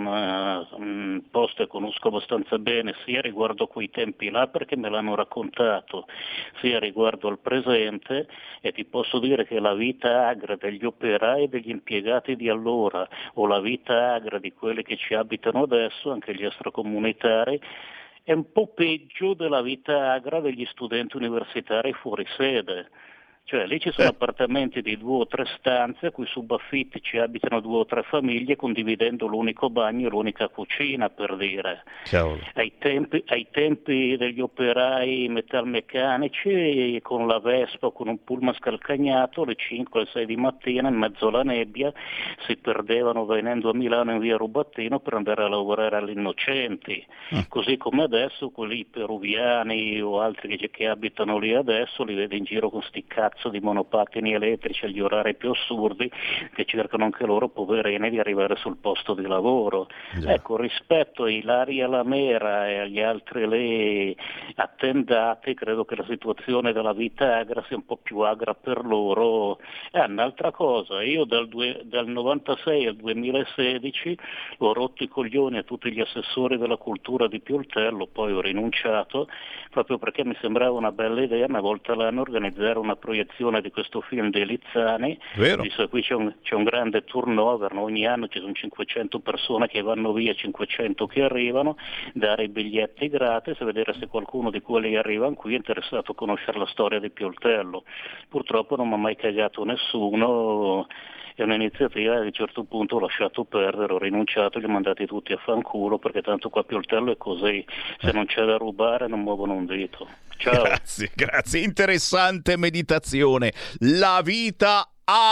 Speaker 20: un posto che conosco abbastanza bene, sia riguardo quei tempi là perché me l'hanno raccontato, sia riguardo al presente, e ti posso dire che la vita agra degli operai e degli impiegati di allora, o la vita agra di quelli che ci abitano adesso, anche gli extracomunitari, è un po' peggio della vita agra degli studenti universitari fuori sede. Cioè lì ci sono eh. appartamenti di due o tre stanze a cui subaffitti ci abitano due o tre famiglie condividendo l'unico bagno e l'unica cucina, per dire. Ai tempi, ai tempi degli operai metalmeccanici con la Vespa o con un pullman scalcagnato alle cinque alle sei di mattina in mezzo alla nebbia si perdevano venendo a Milano in via Rubattino per andare a lavorare all'Innocenti. Mm. Così come adesso quelli peruviani o altri che, che abitano lì adesso li vedi in giro con sti cazzi di monopattini elettrici agli orari più assurdi che cercano anche loro poverini di arrivare sul posto di lavoro. Già. Ecco, rispetto a Ilaria Lamera e agli altri lì attendati, credo che la situazione della vita agra sia un po' più agra per loro. E un'altra cosa, io dal, due, dal novantasei al duemilasedici ho rotto i coglioni a tutti gli assessori della cultura di Pioltello, poi ho rinunciato proprio perché mi sembrava una bella idea una volta l'anno organizzare una proiezione di questo film dei Lizzani. Vero. Visto che qui c'è un, c'è un grande turnover, no? Ogni anno ci sono cinquecento persone che vanno via, cinquecento che arrivano, dare i biglietti gratis e vedere se qualcuno di quelli che arrivano qui è interessato a conoscere la storia di Pioltello. Purtroppo non mi ha mai cagato nessuno, è un'iniziativa che a un certo punto ho lasciato perdere, ho rinunciato, li ho mandati tutti a fanculo perché tanto qua a Pioltello è così, se non c'è da rubare non muovono un dito. Ciao.
Speaker 18: Grazie, grazie, interessante meditazione. La vita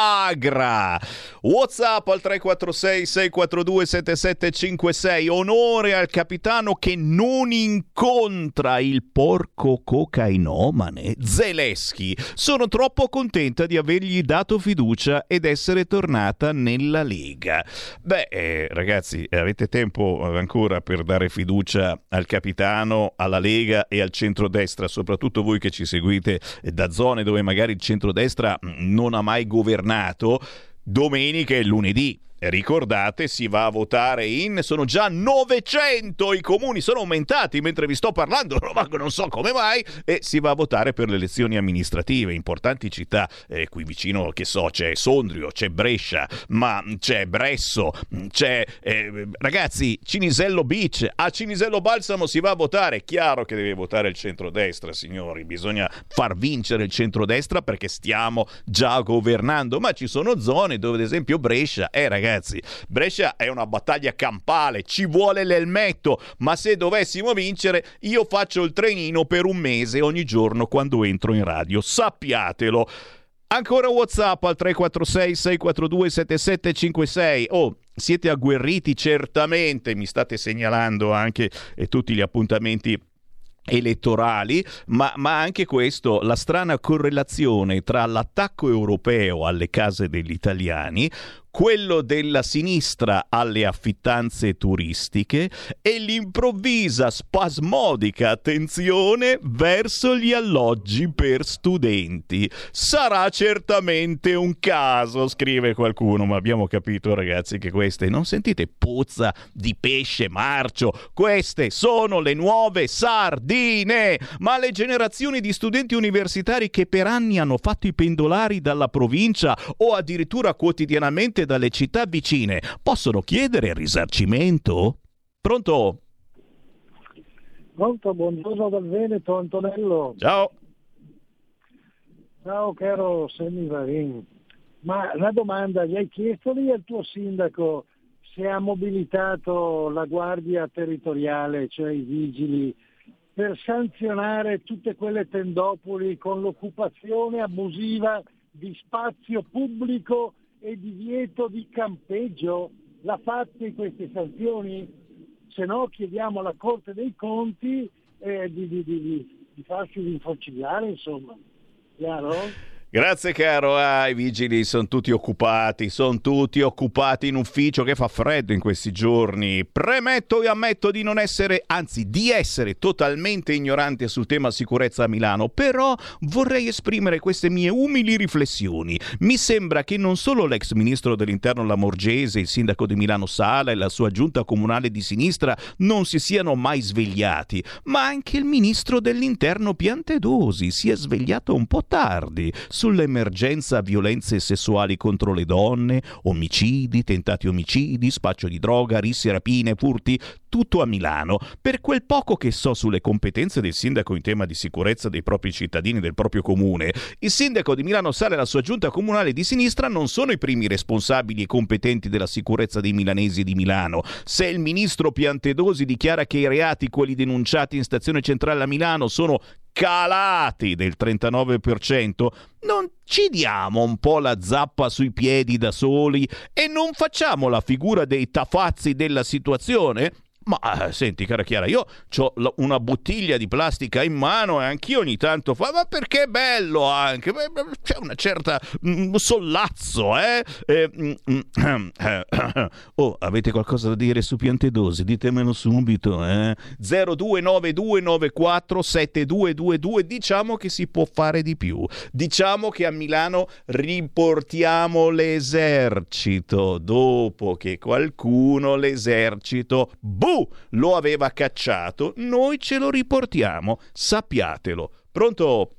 Speaker 18: agra. WhatsApp al tre quattro sei sei quattro due sette sette cinque sei. Onore al capitano che non incontra il porco cocainomane Zelensky. Sono troppo contenta di avergli dato fiducia ed essere tornata nella Lega. Beh, eh, ragazzi, avete tempo ancora per dare fiducia al capitano, alla Lega e al centrodestra, soprattutto voi che ci seguite da zone dove magari il centrodestra non ha mai governato. governato. Domenica e lunedì, ricordate, si va a votare in... sono già novecento i comuni, sono aumentati mentre vi sto parlando, non so come mai, e si va a votare per le elezioni amministrative, importanti città, eh, qui vicino, che so, c'è Sondrio, c'è Brescia, ma c'è Bresso, c'è... Eh, ragazzi, Cinisello Beach, a Cinisello Balsamo si va a votare, è chiaro che deve votare il centrodestra, signori, bisogna far vincere il centrodestra perché stiamo già governando, ma ci sono zone dove, ad esempio, Brescia, eh ragazzi, Ragazzi, Brescia è una battaglia campale, ci vuole l'elmetto, ma se dovessimo vincere io faccio il trenino per un mese ogni giorno quando entro in radio, sappiatelo. Ancora WhatsApp al tre quattro sei sei quattro due sette sette cinque sei. Oh, siete agguerriti certamente, mi state segnalando anche eh, tutti gli appuntamenti elettorali, ma, ma anche questo, la strana correlazione tra l'attacco europeo alle case degli italiani, quello della sinistra alle affittanze turistiche e l'improvvisa spasmodica attenzione verso gli alloggi per studenti. Sarà certamente un caso, scrive qualcuno, ma abbiamo capito, ragazzi, che queste, non sentite puzza di pesce marcio, queste sono le nuove sardine, ma le generazioni di studenti universitari che per anni hanno fatto i pendolari dalla provincia o addirittura quotidianamente dalle città vicine possono chiedere risarcimento? Pronto?
Speaker 21: Pronto, buongiorno dal Veneto, Antonello.
Speaker 18: Ciao.
Speaker 21: Ciao caro Sammy Varin, ma la domanda, gli hai chiesto lì al tuo sindaco se ha mobilitato la Guardia Territoriale, cioè i vigili, per sanzionare tutte quelle tendopoli con l'occupazione abusiva di spazio pubblico e divieto di campeggio? L'ha fatte queste sanzioni? Se no chiediamo alla Corte dei Conti eh, di, di, di, di, di farsi rinfocillare, insomma. Chiaro?
Speaker 18: Grazie caro, ah, i vigili sono tutti occupati, sono tutti occupati in ufficio, che fa freddo in questi giorni. Premetto e ammetto di non essere, anzi di essere totalmente ignorante sul tema sicurezza a Milano, però vorrei esprimere queste mie umili riflessioni. Mi sembra che non solo l'ex ministro dell'interno Lamorgese, il sindaco di Milano Sala e la sua giunta comunale di sinistra non si siano mai svegliati, ma anche il ministro dell'interno Piantedosi si è svegliato un po' tardi sull'emergenza violenze sessuali contro le donne, omicidi, tentati omicidi, spaccio di droga, rissi, rapine, furti, tutto a Milano. Per quel poco che so sulle competenze del sindaco in tema di sicurezza dei propri cittadini del proprio comune, il sindaco di Milano Sala e la sua giunta comunale di sinistra non sono i primi responsabili e competenti della sicurezza dei milanesi di Milano. Se il ministro Piantedosi dichiara che i reati, quelli denunciati in stazione centrale a Milano, sono calati del trentanove per cento, non ci diamo un po' la zappa sui piedi da soli e non facciamo la figura dei tafazzi della situazione? Ma senti cara Chiara, io ho una bottiglia di plastica in mano e anch'io ogni tanto fa, ma perché è bello anche, c'è una certa mm, sollazzo, eh? eh mm, mm, oh, avete qualcosa da dire su Piantedosi? Ditemelo subito, eh? zero due nove due nove quattro sette due due due. Diciamo che si può fare di più, diciamo che a Milano riportiamo l'esercito dopo che qualcuno l'esercito boom, lo aveva cacciato, noi ce lo riportiamo, sappiatelo. Pronto?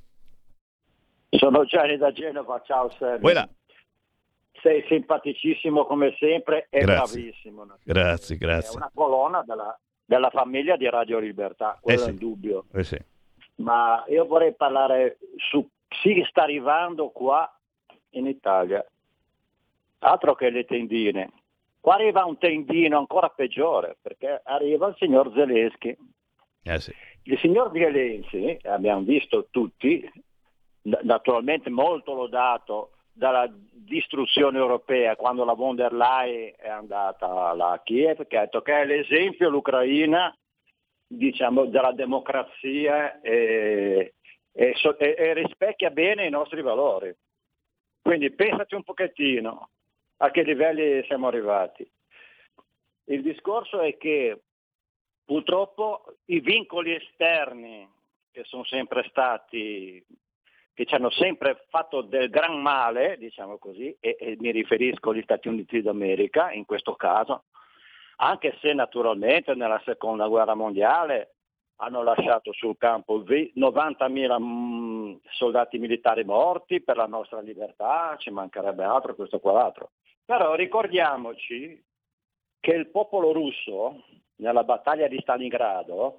Speaker 22: Sono Gianni da Genova, ciao Sergio. Sei simpaticissimo come sempre e
Speaker 18: grazie.
Speaker 22: Bravissimo.
Speaker 18: Grazie, grazie.
Speaker 22: È una colonna della, della famiglia di Radio Libertà, quello
Speaker 18: eh sì.
Speaker 22: è indubbio.
Speaker 18: Eh sì.
Speaker 22: Ma io vorrei parlare su chi sta arrivando qua in Italia, altro che le tendine. Qua arriva un tendino ancora peggiore, perché arriva il signor Zelensky.
Speaker 18: Eh sì.
Speaker 22: Il signor Zelensky, abbiamo visto tutti, naturalmente molto lodato dalla distruzione europea, quando la von der Leyen è andata a Kiev, che ha detto che è l'esempio l'Ucraina, diciamo, della democrazia e, e, e, e rispecchia bene i nostri valori. Quindi pensaci un pochettino a che livelli siamo arrivati. Il discorso è che purtroppo i vincoli esterni che sono sempre stati, che ci hanno sempre fatto del gran male, diciamo così, e, e mi riferisco agli Stati Uniti d'America in questo caso, anche se naturalmente nella seconda guerra mondiale hanno lasciato sul campo novantamila mh, soldati militari morti per la nostra libertà, ci mancherebbe altro, questo qua l'altro. Però ricordiamoci che il popolo russo, nella battaglia di Stalingrado,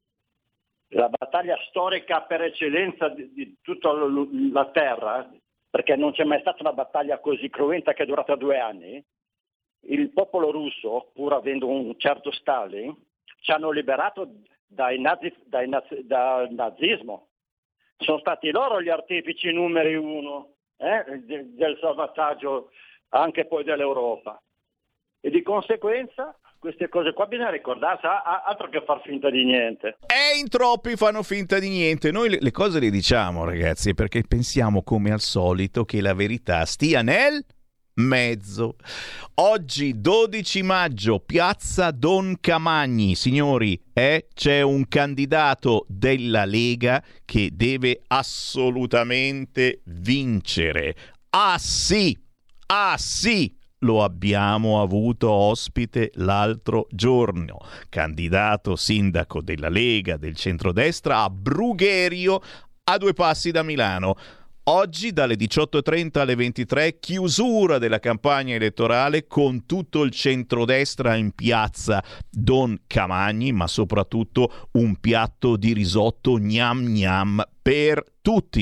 Speaker 22: la battaglia storica per eccellenza di, di tutta la terra, perché non c'è mai stata una battaglia così cruenta che è durata due anni, il popolo russo, pur avendo un certo Stalin, ci hanno liberato dai nazi, dai nazi, dal nazismo. Sono stati loro gli artefici numeri uno eh, del, del salvataggio anche poi dell'Europa. E di conseguenza queste cose qua bisogna ricordarsi, altro che far finta di niente.
Speaker 18: E in troppi fanno finta di niente. Noi le, le cose le diciamo, ragazzi, perché pensiamo come al solito che la verità stia nel mezzo. Oggi dodici maggio, piazza Don Camagni, signori, eh, c'è un candidato della Lega che deve assolutamente vincere. Ah sì, ah sì, lo abbiamo avuto ospite l'altro giorno, candidato sindaco della Lega del centrodestra a Brugherio, a due passi da Milano. Oggi dalle diciotto e trenta alle ventitré, chiusura della campagna elettorale con tutto il centrodestra in piazza Don Camagni, ma soprattutto un piatto di risotto gnam gnam per tutti.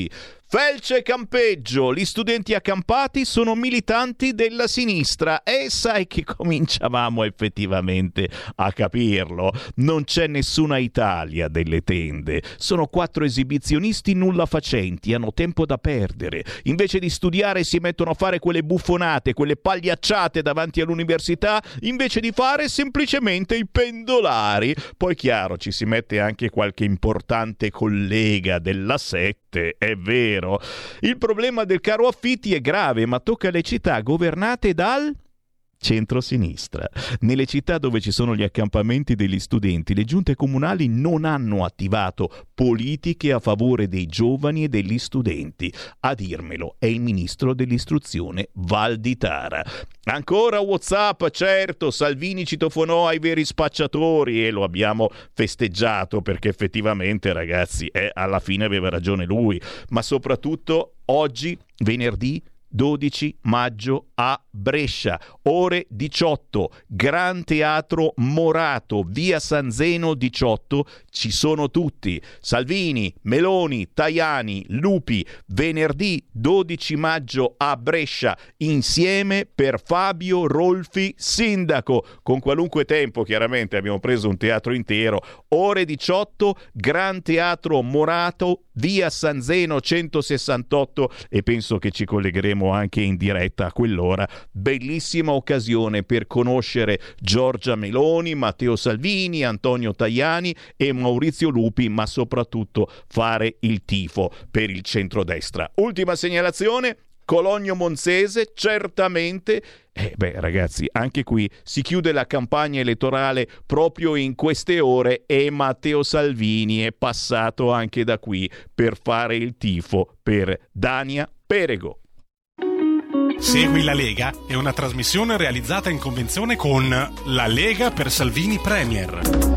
Speaker 18: Felce campeggio, gli studenti accampati sono militanti della sinistra e sai che cominciavamo effettivamente a capirlo. Non c'è nessuna Italia delle tende, sono quattro esibizionisti nulla facenti, hanno tempo da perdere. Invece di studiare si mettono a fare quelle buffonate, quelle pagliacciate davanti all'università, invece di fare semplicemente i pendolari. Poi chiaro, ci si mette anche qualche importante collega della sette, è vero. Il problema del caro affitti è grave, ma tocca alle città governate dal centro-sinistra. Nelle città dove ci sono gli accampamenti degli studenti, le giunte comunali non hanno attivato politiche a favore dei giovani e degli studenti. A dirmelo è il ministro dell'istruzione Valditara. Ancora WhatsApp, certo, Salvini citofonò ai veri spacciatori e lo abbiamo festeggiato perché effettivamente, ragazzi, eh, alla fine aveva ragione lui. Ma soprattutto oggi, venerdì dodici maggio a Brescia, ore diciotto, Gran Teatro Morato, via San Zeno diciotto, ci sono tutti, Salvini, Meloni, Tajani, Lupi, venerdì dodici maggio a Brescia, insieme per Fabio Rolfi sindaco, con qualunque tempo, chiaramente abbiamo preso un teatro intero, ore diciotto, Gran Teatro Morato, via San Zeno centosessantotto, e penso che ci collegheremo anche in diretta a quell'ora. Bellissima occasione per conoscere Giorgia Meloni, Matteo Salvini, Antonio Tajani e Maurizio Lupi, ma soprattutto fare il tifo per il centrodestra. Ultima segnalazione, Cologno Monzese, certamente. Eh beh ragazzi, anche qui si chiude la campagna elettorale proprio in queste ore e Matteo Salvini è passato anche da qui per fare il tifo per Dania Perego.
Speaker 2: Segui la Lega è una trasmissione realizzata in convenzione con La Lega per Salvini Premier.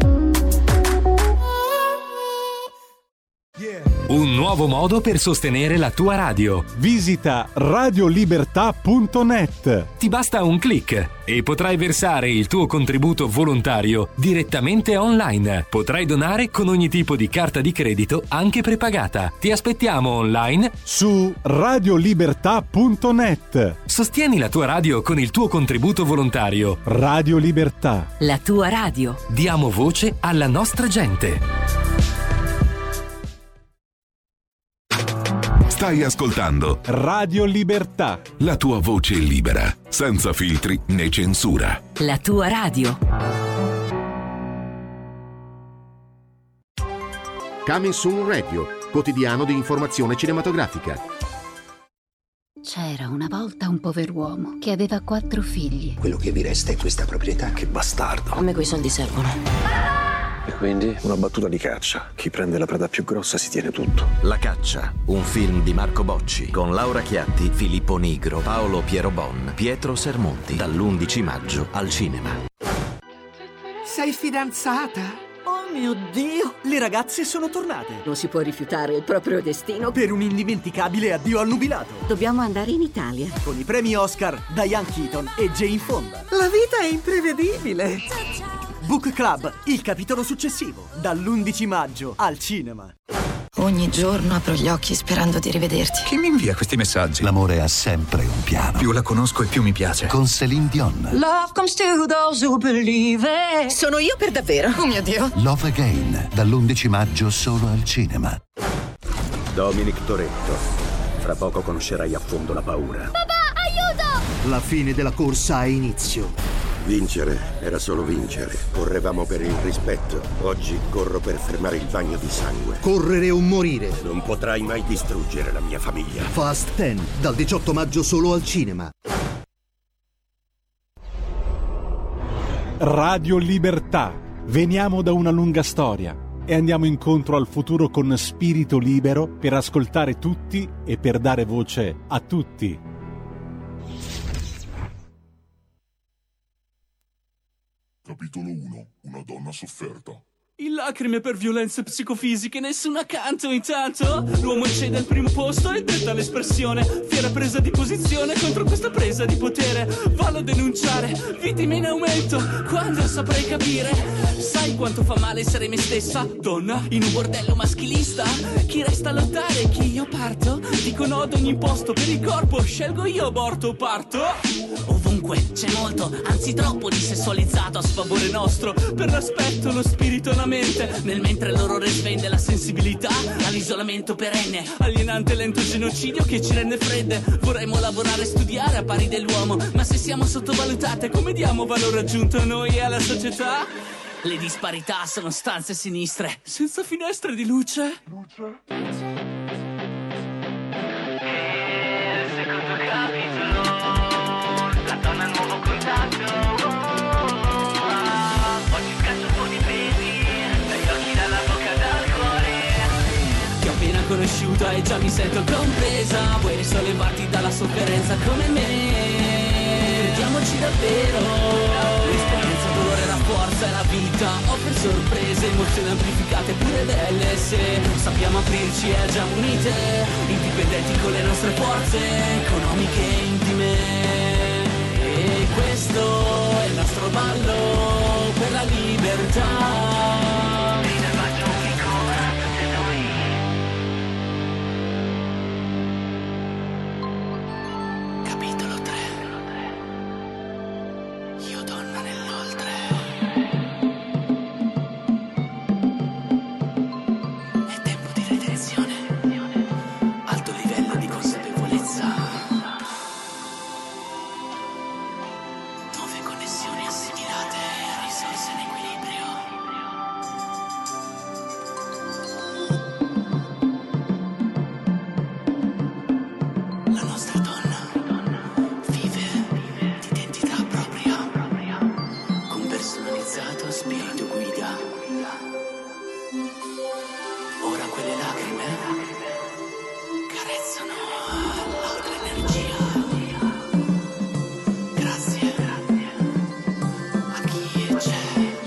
Speaker 3: Un nuovo modo per sostenere la tua radio.
Speaker 8: Visita radiolibertà punto net.
Speaker 3: Ti basta un click e potrai versare il tuo contributo volontario direttamente online. Potrai donare con ogni tipo di carta di credito, anche prepagata. Ti aspettiamo online
Speaker 8: su radiolibertà punto net.
Speaker 3: Sostieni la tua radio con il tuo contributo volontario.
Speaker 8: Radio Libertà.
Speaker 3: La tua radio. Diamo voce alla nostra gente.
Speaker 9: Stai ascoltando
Speaker 8: Radio Libertà.
Speaker 9: La tua voce libera, senza filtri né censura.
Speaker 3: La tua radio.
Speaker 23: Coming Soon Radio, quotidiano di informazione cinematografica.
Speaker 24: C'era una volta un pover'uomo che aveva quattro figli.
Speaker 25: Quello che vi resta è questa proprietà. Che bastardo.
Speaker 24: A me quei soldi servono.
Speaker 25: E quindi una battuta di caccia. Chi prende la preda più grossa si tiene tutto.
Speaker 26: La caccia, un film di Marco Bocci con Laura Chiatti, Filippo Nigro, Paolo Piero Bon, Pietro Sermonti, dall'undici maggio al cinema.
Speaker 27: Sei fidanzata? Oh mio Dio, le ragazze sono tornate.
Speaker 28: Non si può rifiutare il proprio destino
Speaker 27: Per un indimenticabile addio al nubilato.
Speaker 28: Dobbiamo andare in Italia.
Speaker 27: Con i premi Oscar, Diane Keaton e Jane Fonda. La vita è imprevedibile. Book Club, il capitolo successivo, dall'undici maggio al cinema.
Speaker 29: Ogni giorno apro gli occhi sperando di rivederti.
Speaker 30: Chi mi invia questi messaggi? L'amore ha sempre un piano. Più la conosco e più mi piace. Con Céline Dion.
Speaker 29: Love comes to those who believe it. Sono io per davvero? Oh mio Dio.
Speaker 30: Love Again, dall'undici maggio solo al cinema.
Speaker 25: Dominic Toretto. Fra poco conoscerai a fondo la paura.
Speaker 29: Papà, aiuto!
Speaker 27: La fine della corsa ha inizio.
Speaker 25: Vincere era solo vincere. Correvamo per il rispetto. Oggi corro per fermare il bagno di sangue.
Speaker 27: Correre o morire.
Speaker 25: Non potrai mai distruggere la mia famiglia.
Speaker 27: Fast dieci, dal diciotto maggio solo al cinema.
Speaker 8: Radio Libertà. Veniamo da una lunga storia e andiamo incontro al futuro con spirito libero per ascoltare tutti e per dare voce a tutti.
Speaker 31: Capitolo uno. Una donna sofferta.
Speaker 1: In lacrime per violenze psicofisiche, nessun accanto. Intanto l'uomo cede al primo posto e detta l'espressione. Fiera presa di posizione contro questa presa di potere. Vallo a denunciare, vittime in aumento. Quando saprai capire, sai quanto fa male essere me stessa, donna, in un bordello maschilista. Chi resta a lottare, chi io parto. Dico no ad ogni posto per il corpo. Scelgo io aborto o parto. Ovunque c'è molto, anzi troppo di sessualizzato a sfavore nostro. Per l'aspetto, lo spirito, la mente. Nel mentre l'orrore svende la sensibilità all'isolamento perenne, alienante lento genocidio che ci rende fredde. Vorremmo lavorare e studiare a pari dell'uomo, ma se siamo sottovalutate come diamo valore aggiunto a noi e alla società? Le disparità sono stanze sinistre senza finestre di luce. Luce. Secondo capitolo, la donna al nuovo contatto. Oggi scaccio un po' di pesi dagli occhi, dalla bocca, dal cuore. Ti ho appena conosciuta e già mi sento compresa. Vuoi sollevarti dalla sofferenza come me? Crediamoci davvero. L'esperienza, dolore, la forza e la vita. Offre sorprese, emozioni amplificate pure belle. Se sappiamo aprirci e agiamo unite, indipendenti con le nostre forze economiche e intime. E questo è il nostro ballo per la libertà. Riservato unico a tutti noi. Capitolo tre. Io donna nell'oltre. È tempo di redenzione. Alto livello di consapevolezza. Nuove connessioni assimilate, risorse in equilibrio. La nostra donna vive di identità propria, con personalizzato spirito guida. Ora quelle lacrime carezzano l'altra energia. Grazie a chi c'è.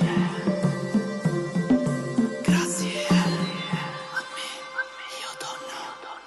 Speaker 1: Grazie a me, io donna.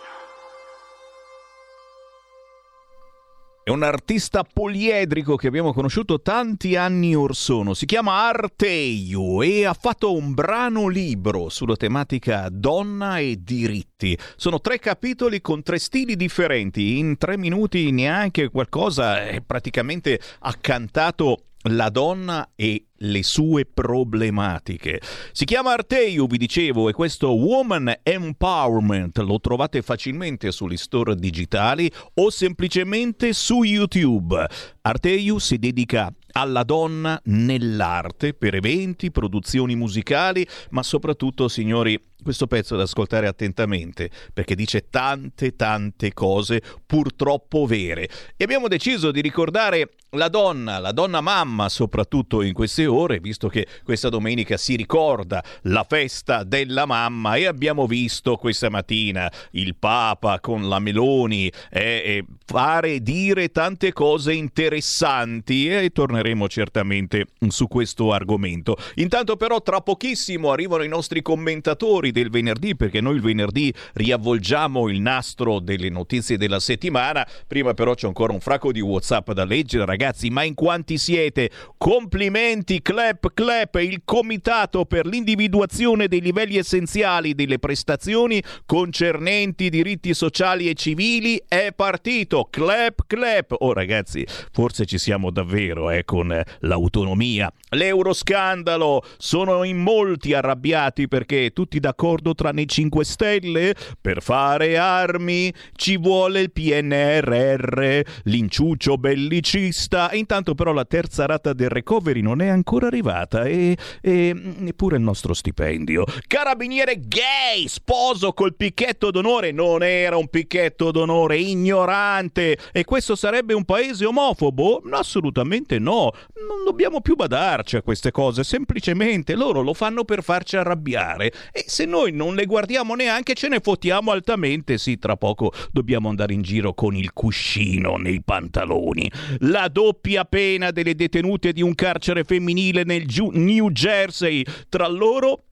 Speaker 18: È un artista poliedrico che abbiamo conosciuto tanti anni or sono. Si chiama Arteiu e ha fatto un brano libro sulla tematica donna e diritti. Sono tre capitoli con tre stili differenti. In tre minuti neanche qualcosa, è praticamente ha cantato la donna e le sue problematiche. Si chiama Arteiu, vi dicevo, e questo Woman Empowerment lo trovate facilmente sugli store digitali o semplicemente su YouTube. Arteiu si dedica alla donna nell'arte, per eventi, produzioni musicali, ma soprattutto, signori, questo pezzo è da ascoltare attentamente, perché dice tante tante cose purtroppo vere. E abbiamo deciso di ricordare la donna, la donna mamma, soprattutto in queste ore, visto che questa domenica si ricorda la festa della mamma, e abbiamo visto questa mattina il Papa con la Meloni eh, eh, fare dire tante cose interessanti, e torneremo certamente su questo argomento. Intanto però tra pochissimo arrivano i nostri commentatori del venerdì, perché noi il venerdì riavvolgiamo il nastro delle notizie della settimana. Prima però c'è ancora un fracco di WhatsApp da leggere, ragazzi, ma in quanti siete? Complimenti, clap clap. Il comitato per l'individuazione dei livelli essenziali delle prestazioni concernenti i diritti sociali e civili è partito. Clap clap. Oh ragazzi, forse ci siamo davvero eh, con l'autonomia. L'euroscandalo, sono in molti arrabbiati perché tutti d'accordo tranne i cinque Stelle, per fare armi ci vuole il P N R R, l'inciuccio bellicista. Intanto però la terza rata del recovery non è ancora arrivata e, e neppure il nostro stipendio. Carabiniere gay, sposo col picchetto d'onore. Non era un picchetto d'onore, ignorante. E questo sarebbe un paese omofobo? Assolutamente no. Non dobbiamo più badarci a queste cose, semplicemente loro lo fanno per farci arrabbiare, e se noi non le guardiamo neanche ce ne fottiamo altamente. Sì, tra poco dobbiamo andare in giro con il cuscino nei pantaloni. La doppia pena delle detenute di un carcere femminile nel New Jersey, tra loro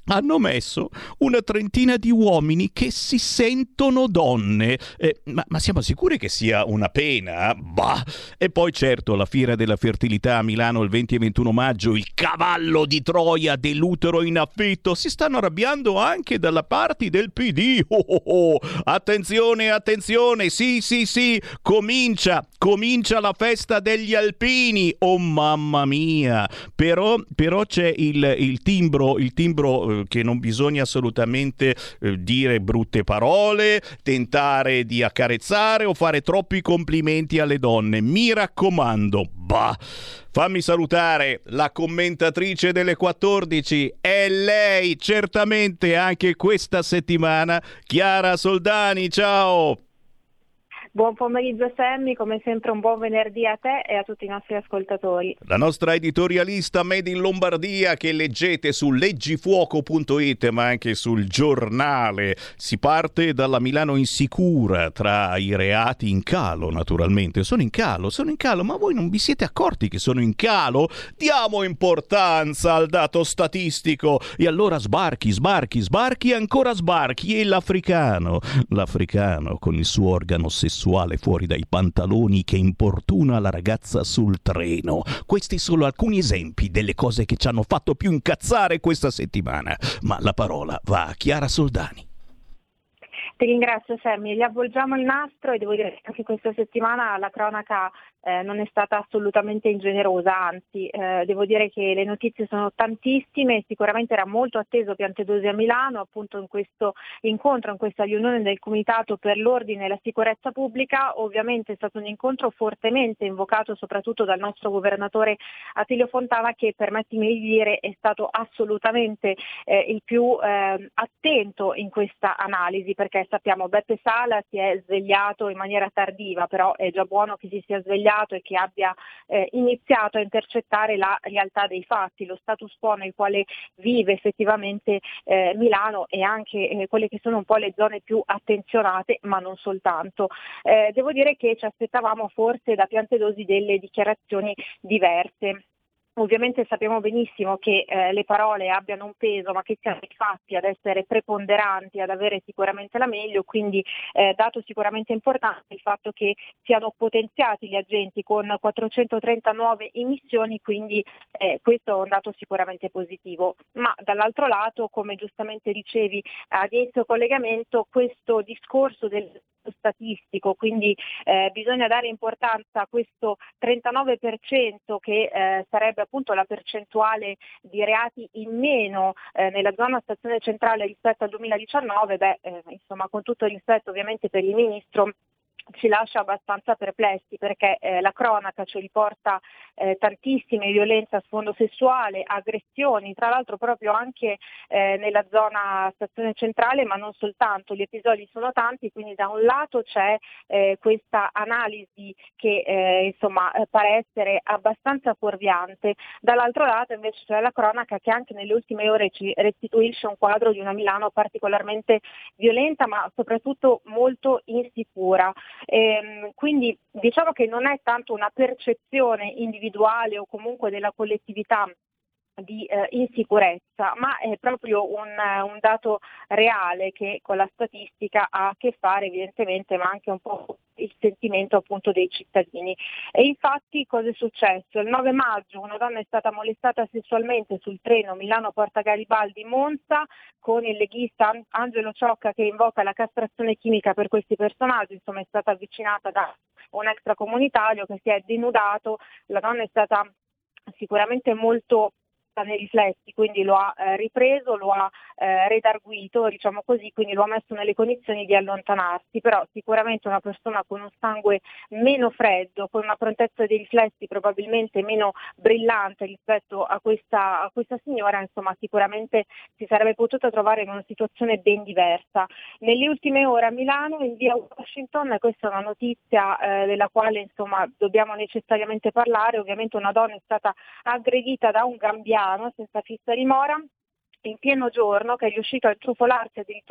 Speaker 18: hanno messo una trentina di uomini che si sentono donne. Eh, ma, ma siamo sicuri che sia una pena? Bah! E poi certo la Fiera della Fertilità a Milano il venti e ventuno maggio, il cavallo di Troia dell'utero in affitto. Si stanno arrabbiando anche dalla parte del P D. Oh, oh, oh. Attenzione, attenzione, sì, sì, sì, comincia, comincia la festa degli alpini. Oh mamma mia! Però, però c'è il, il timbro, il timbro che non bisogna assolutamente eh, dire brutte parole, tentare di accarezzare o fare troppi complimenti alle donne. Mi raccomando, bah! Fammi salutare la commentatrice delle quattordici, è lei certamente anche questa settimana, Chiara Soldani, ciao!
Speaker 4: Buon pomeriggio Sammy, come sempre un buon venerdì a te e a tutti i nostri ascoltatori.
Speaker 18: La nostra editorialista Made in Lombardia che leggete su leggifuoco punto it ma anche sul giornale. Si parte dalla Milano insicura tra i reati in calo naturalmente. Sono in calo, sono in calo, ma voi non vi siete accorti che sono in calo? Diamo importanza al dato statistico e allora sbarchi, sbarchi, sbarchi e ancora sbarchi e l'africano, l'africano con il suo organo sessuale fuori dai pantaloni che importuna la ragazza sul treno. Questi sono alcuni esempi delle cose che ci hanno fatto più incazzare questa settimana. Ma la parola va a Chiara Soldani.
Speaker 4: Ti ringrazio Sammy, riavvolgiamo il nastro e devo dire che anche questa settimana la cronaca eh, non è stata assolutamente ingenerosa, anzi eh, devo dire che le notizie sono tantissime, sicuramente era molto atteso Piantedosi a Milano, appunto in questo incontro, in questa riunione del Comitato per l'Ordine e la Sicurezza Pubblica. Ovviamente è stato un incontro fortemente invocato soprattutto dal nostro governatore Attilio Fontana, che permettimi di dire è stato assolutamente eh, il più eh, attento in questa analisi, perché sappiamo Beppe Sala si è svegliato in maniera tardiva, però è già buono che si sia svegliato e che abbia eh, iniziato a intercettare la realtà dei fatti, lo status quo nel quale vive effettivamente eh, Milano e anche eh, quelle che sono un po' le zone più attenzionate, ma non soltanto. Eh, devo dire che ci aspettavamo forse da Piantedosi delle dichiarazioni diverse. Ovviamente sappiamo benissimo che eh, le parole abbiano un peso, ma che siano i fatti ad essere preponderanti, ad avere sicuramente la meglio, quindi eh, dato sicuramente importante il fatto che siano potenziati gli agenti con quattrocentotrenta nuove immissioni, quindi eh, questo è un dato sicuramente positivo. Ma dall'altro lato, come giustamente dicevi ad inizio collegamento, questo discorso del statistico, quindi eh, bisogna dare importanza a questo trentanove per cento che eh, sarebbe appunto la percentuale di reati in meno eh, nella zona stazione centrale rispetto al duemiladiciannove. Beh, eh, insomma, con tutto il rispetto ovviamente per il ministro, ci lascia abbastanza perplessi, perché eh, la cronaca ci riporta eh, tantissime violenze a sfondo sessuale, aggressioni, tra l'altro proprio anche eh, nella zona stazione centrale, ma non soltanto, gli episodi sono tanti, quindi da un lato c'è eh, questa analisi che eh, insomma eh, pare essere abbastanza fuorviante, dall'altro lato invece c'è la cronaca che anche nelle ultime ore ci restituisce un quadro di una Milano particolarmente violenta, ma soprattutto molto insicura. Ehm, quindi diciamo che non è tanto una percezione individuale o comunque della collettività di eh, insicurezza, ma è proprio un, un dato reale che con la statistica ha a che fare evidentemente, ma anche un po' il sentimento appunto dei cittadini. E infatti cosa è successo? Il nove maggio una donna è stata molestata sessualmente sul treno Milano-Porta Garibaldi-Monza con il leghista Angelo Ciocca che invoca la castrazione chimica per questi personaggi, insomma è stata avvicinata da un extracomunitario che si è denudato, la donna è stata sicuramente molto nei riflessi, quindi lo ha eh, ripreso, lo ha eh, redarguito, diciamo così, quindi lo ha messo nelle condizioni di allontanarsi, però sicuramente una persona con un sangue meno freddo, con una prontezza dei riflessi probabilmente meno brillante rispetto a questa, a questa signora, insomma sicuramente si sarebbe potuta trovare in una situazione ben diversa. Nelle ultime ore a Milano, in via Washington, questa è una notizia eh, della quale insomma dobbiamo necessariamente parlare, ovviamente una donna è stata aggredita da un gambiano senza fissa dimora in pieno giorno, che è riuscito a intrufolarsi addirittura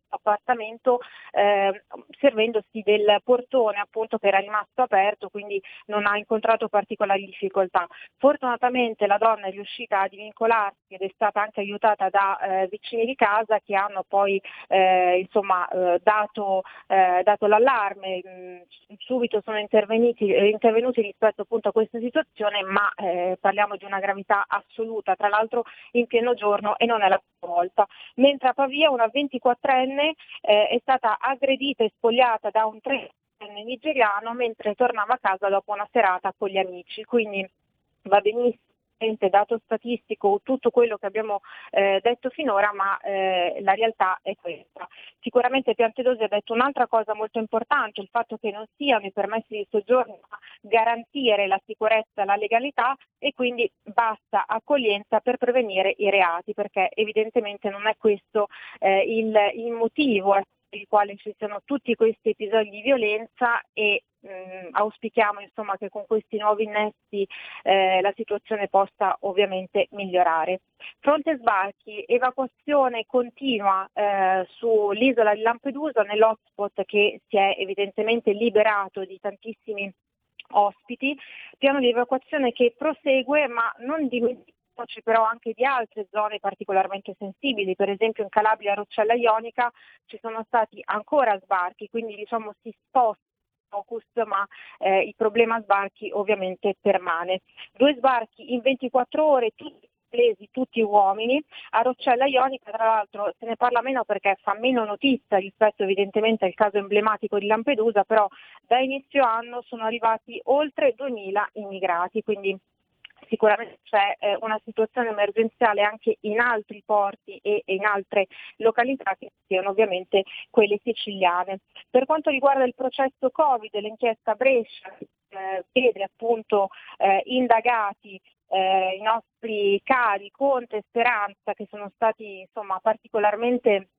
Speaker 4: appartamento eh, servendosi del portone appunto che era rimasto aperto, quindi non ha incontrato particolari difficoltà. Fortunatamente la donna è riuscita a divincolarsi ed è stata anche aiutata da eh, vicini di casa che hanno poi eh, insomma eh, dato, eh, dato l'allarme. Mh, subito sono intervenuti, eh, intervenuti rispetto appunto a questa situazione, ma eh, parliamo di una gravità assoluta, tra l'altro in pieno giorno, e non è la prima volta. Mentre a Pavia una ventiquattrenne eh, è stata aggredita e spogliata da un trentenne nigeriano mentre tornava a casa dopo una serata con gli amici, quindi va benissimo dato statistico tutto quello che abbiamo eh, detto finora, ma eh, la realtà è questa. Sicuramente Piantedosi ha detto un'altra cosa molto importante, il fatto che non siano i permessi di soggiorno a garantire la sicurezza, la legalità, e quindi basta accoglienza per prevenire i reati, perché evidentemente non è questo eh, il, il motivo per il quale ci sono tutti questi episodi di violenza, e mh, auspichiamo insomma che con questi nuovi innesti eh, la situazione possa ovviamente migliorare. Fronte sbarchi, evacuazione continua eh, sull'isola di Lampedusa, nell'hotspot che si è evidentemente liberato di tantissimi ospiti, piano di evacuazione che prosegue, ma non dimentichiamo però anche di altre zone particolarmente sensibili, per esempio in Calabria, Roccella Ionica ci sono stati ancora sbarchi, quindi diciamo si sposta il focus, ma eh, il problema sbarchi ovviamente permane. Due sbarchi in ventiquattro ore, tutti inglesi, tutti uomini. A Roccella Ionica tra l'altro se ne parla meno perché fa meno notizia rispetto evidentemente al caso emblematico di Lampedusa, però da inizio anno sono arrivati oltre duemila immigrati, quindi sicuramente c'è eh, una situazione emergenziale anche in altri porti e, e in altre località che siano ovviamente quelle siciliane. Per quanto riguarda il processo Covid, l'inchiesta Brescia eh, vede appunto eh, indagati eh, i nostri cari Conte e Speranza, che sono stati insomma particolarmente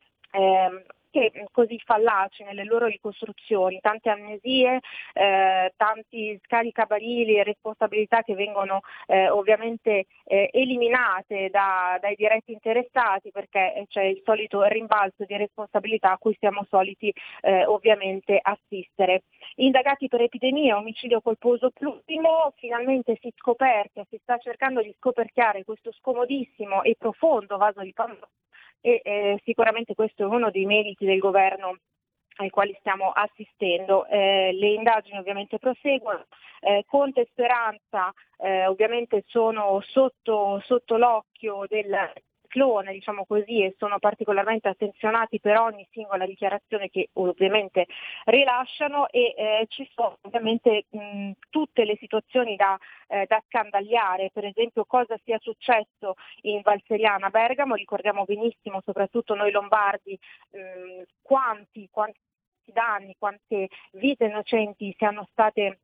Speaker 4: eh, così fallaci nelle loro ricostruzioni, tante amnesie, eh, tanti scaricabarili e responsabilità che vengono eh, ovviamente eh, eliminate da, dai diretti interessati, perché c'è il solito rimbalzo di responsabilità a cui siamo soliti eh, ovviamente assistere. Indagati per epidemia, omicidio colposo plurimo, finalmente si scoperchia, si sta cercando di scoperchiare questo scomodissimo e profondo vaso di Pandora, e eh, sicuramente questo è uno dei meriti del governo ai quali stiamo assistendo. Eh, le indagini ovviamente proseguono, eh, Conte e Speranza eh, ovviamente sono sotto, sotto l'occhio del clone, diciamo così, e sono particolarmente attenzionati per ogni singola dichiarazione che ovviamente rilasciano, e eh, ci sono ovviamente mh, tutte le situazioni da, eh, da scandagliare, per esempio cosa sia successo in Valseriana, Bergamo, ricordiamo benissimo soprattutto noi lombardi mh, quanti, quanti danni, quante vite innocenti siano state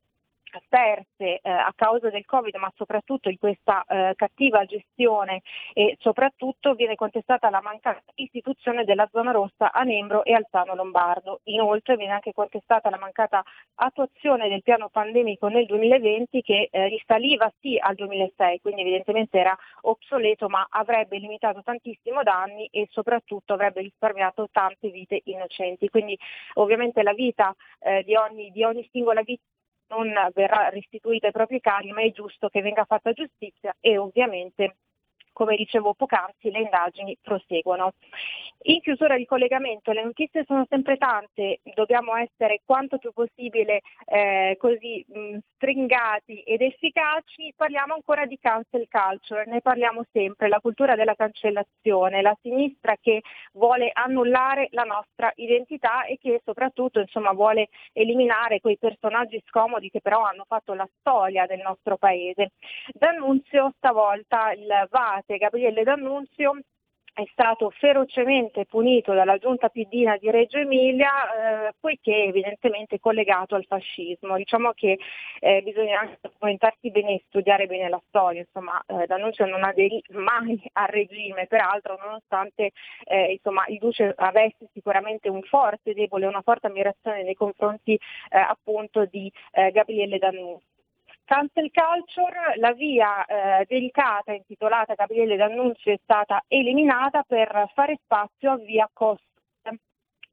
Speaker 4: perse eh, a causa del Covid, ma soprattutto di questa eh, cattiva gestione, e soprattutto viene contestata la mancata istituzione della zona rossa a Nembro e Alzano Lombardo. Inoltre viene anche contestata la mancata attuazione del piano pandemico nel duemilaventi, che eh, risaliva sì al duemilasei, quindi evidentemente era obsoleto, ma avrebbe limitato tantissimo danni e soprattutto avrebbe risparmiato tante vite innocenti. Quindi ovviamente la vita eh, di ogni, di ogni singola vittima non verrà restituita ai propri cari, ma è giusto che venga fatta giustizia, e ovviamente, come dicevo poc'anzi, le indagini proseguono. In chiusura di collegamento, le notizie sono sempre tante, dobbiamo essere quanto più possibile eh, così mh, stringati ed efficaci. Parliamo ancora di cancel culture, ne parliamo sempre, la cultura della cancellazione, la sinistra che vuole annullare la nostra identità e che soprattutto insomma vuole eliminare quei personaggi scomodi che però hanno fatto la storia del nostro paese. D'Annunzio stavolta, il Vate Gabriele D'Annunzio, è stato ferocemente punito dalla giunta piddina di Reggio Emilia eh, poiché evidentemente collegato al fascismo. Diciamo che eh, bisogna anche documentarsi bene e studiare bene la storia, insomma eh, D'Annunzio non aderì mai al regime, peraltro nonostante eh, insomma il duce avesse sicuramente un forte debole, una forte ammirazione nei confronti eh, appunto di eh, Gabriele D'Annunzio. Cancel culture, la via eh, dedicata intitolata Gabriele D'Annunzio è stata eliminata per fare spazio a via Costa.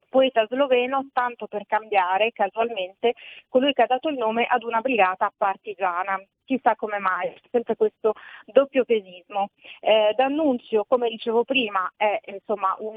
Speaker 4: poeta sloveno, tanto per cambiare, casualmente, colui che ha dato il nome ad una brigata partigiana. Chissà come mai, sempre questo doppio pesismo. Eh, D'Annunzio, come dicevo prima, è insomma un,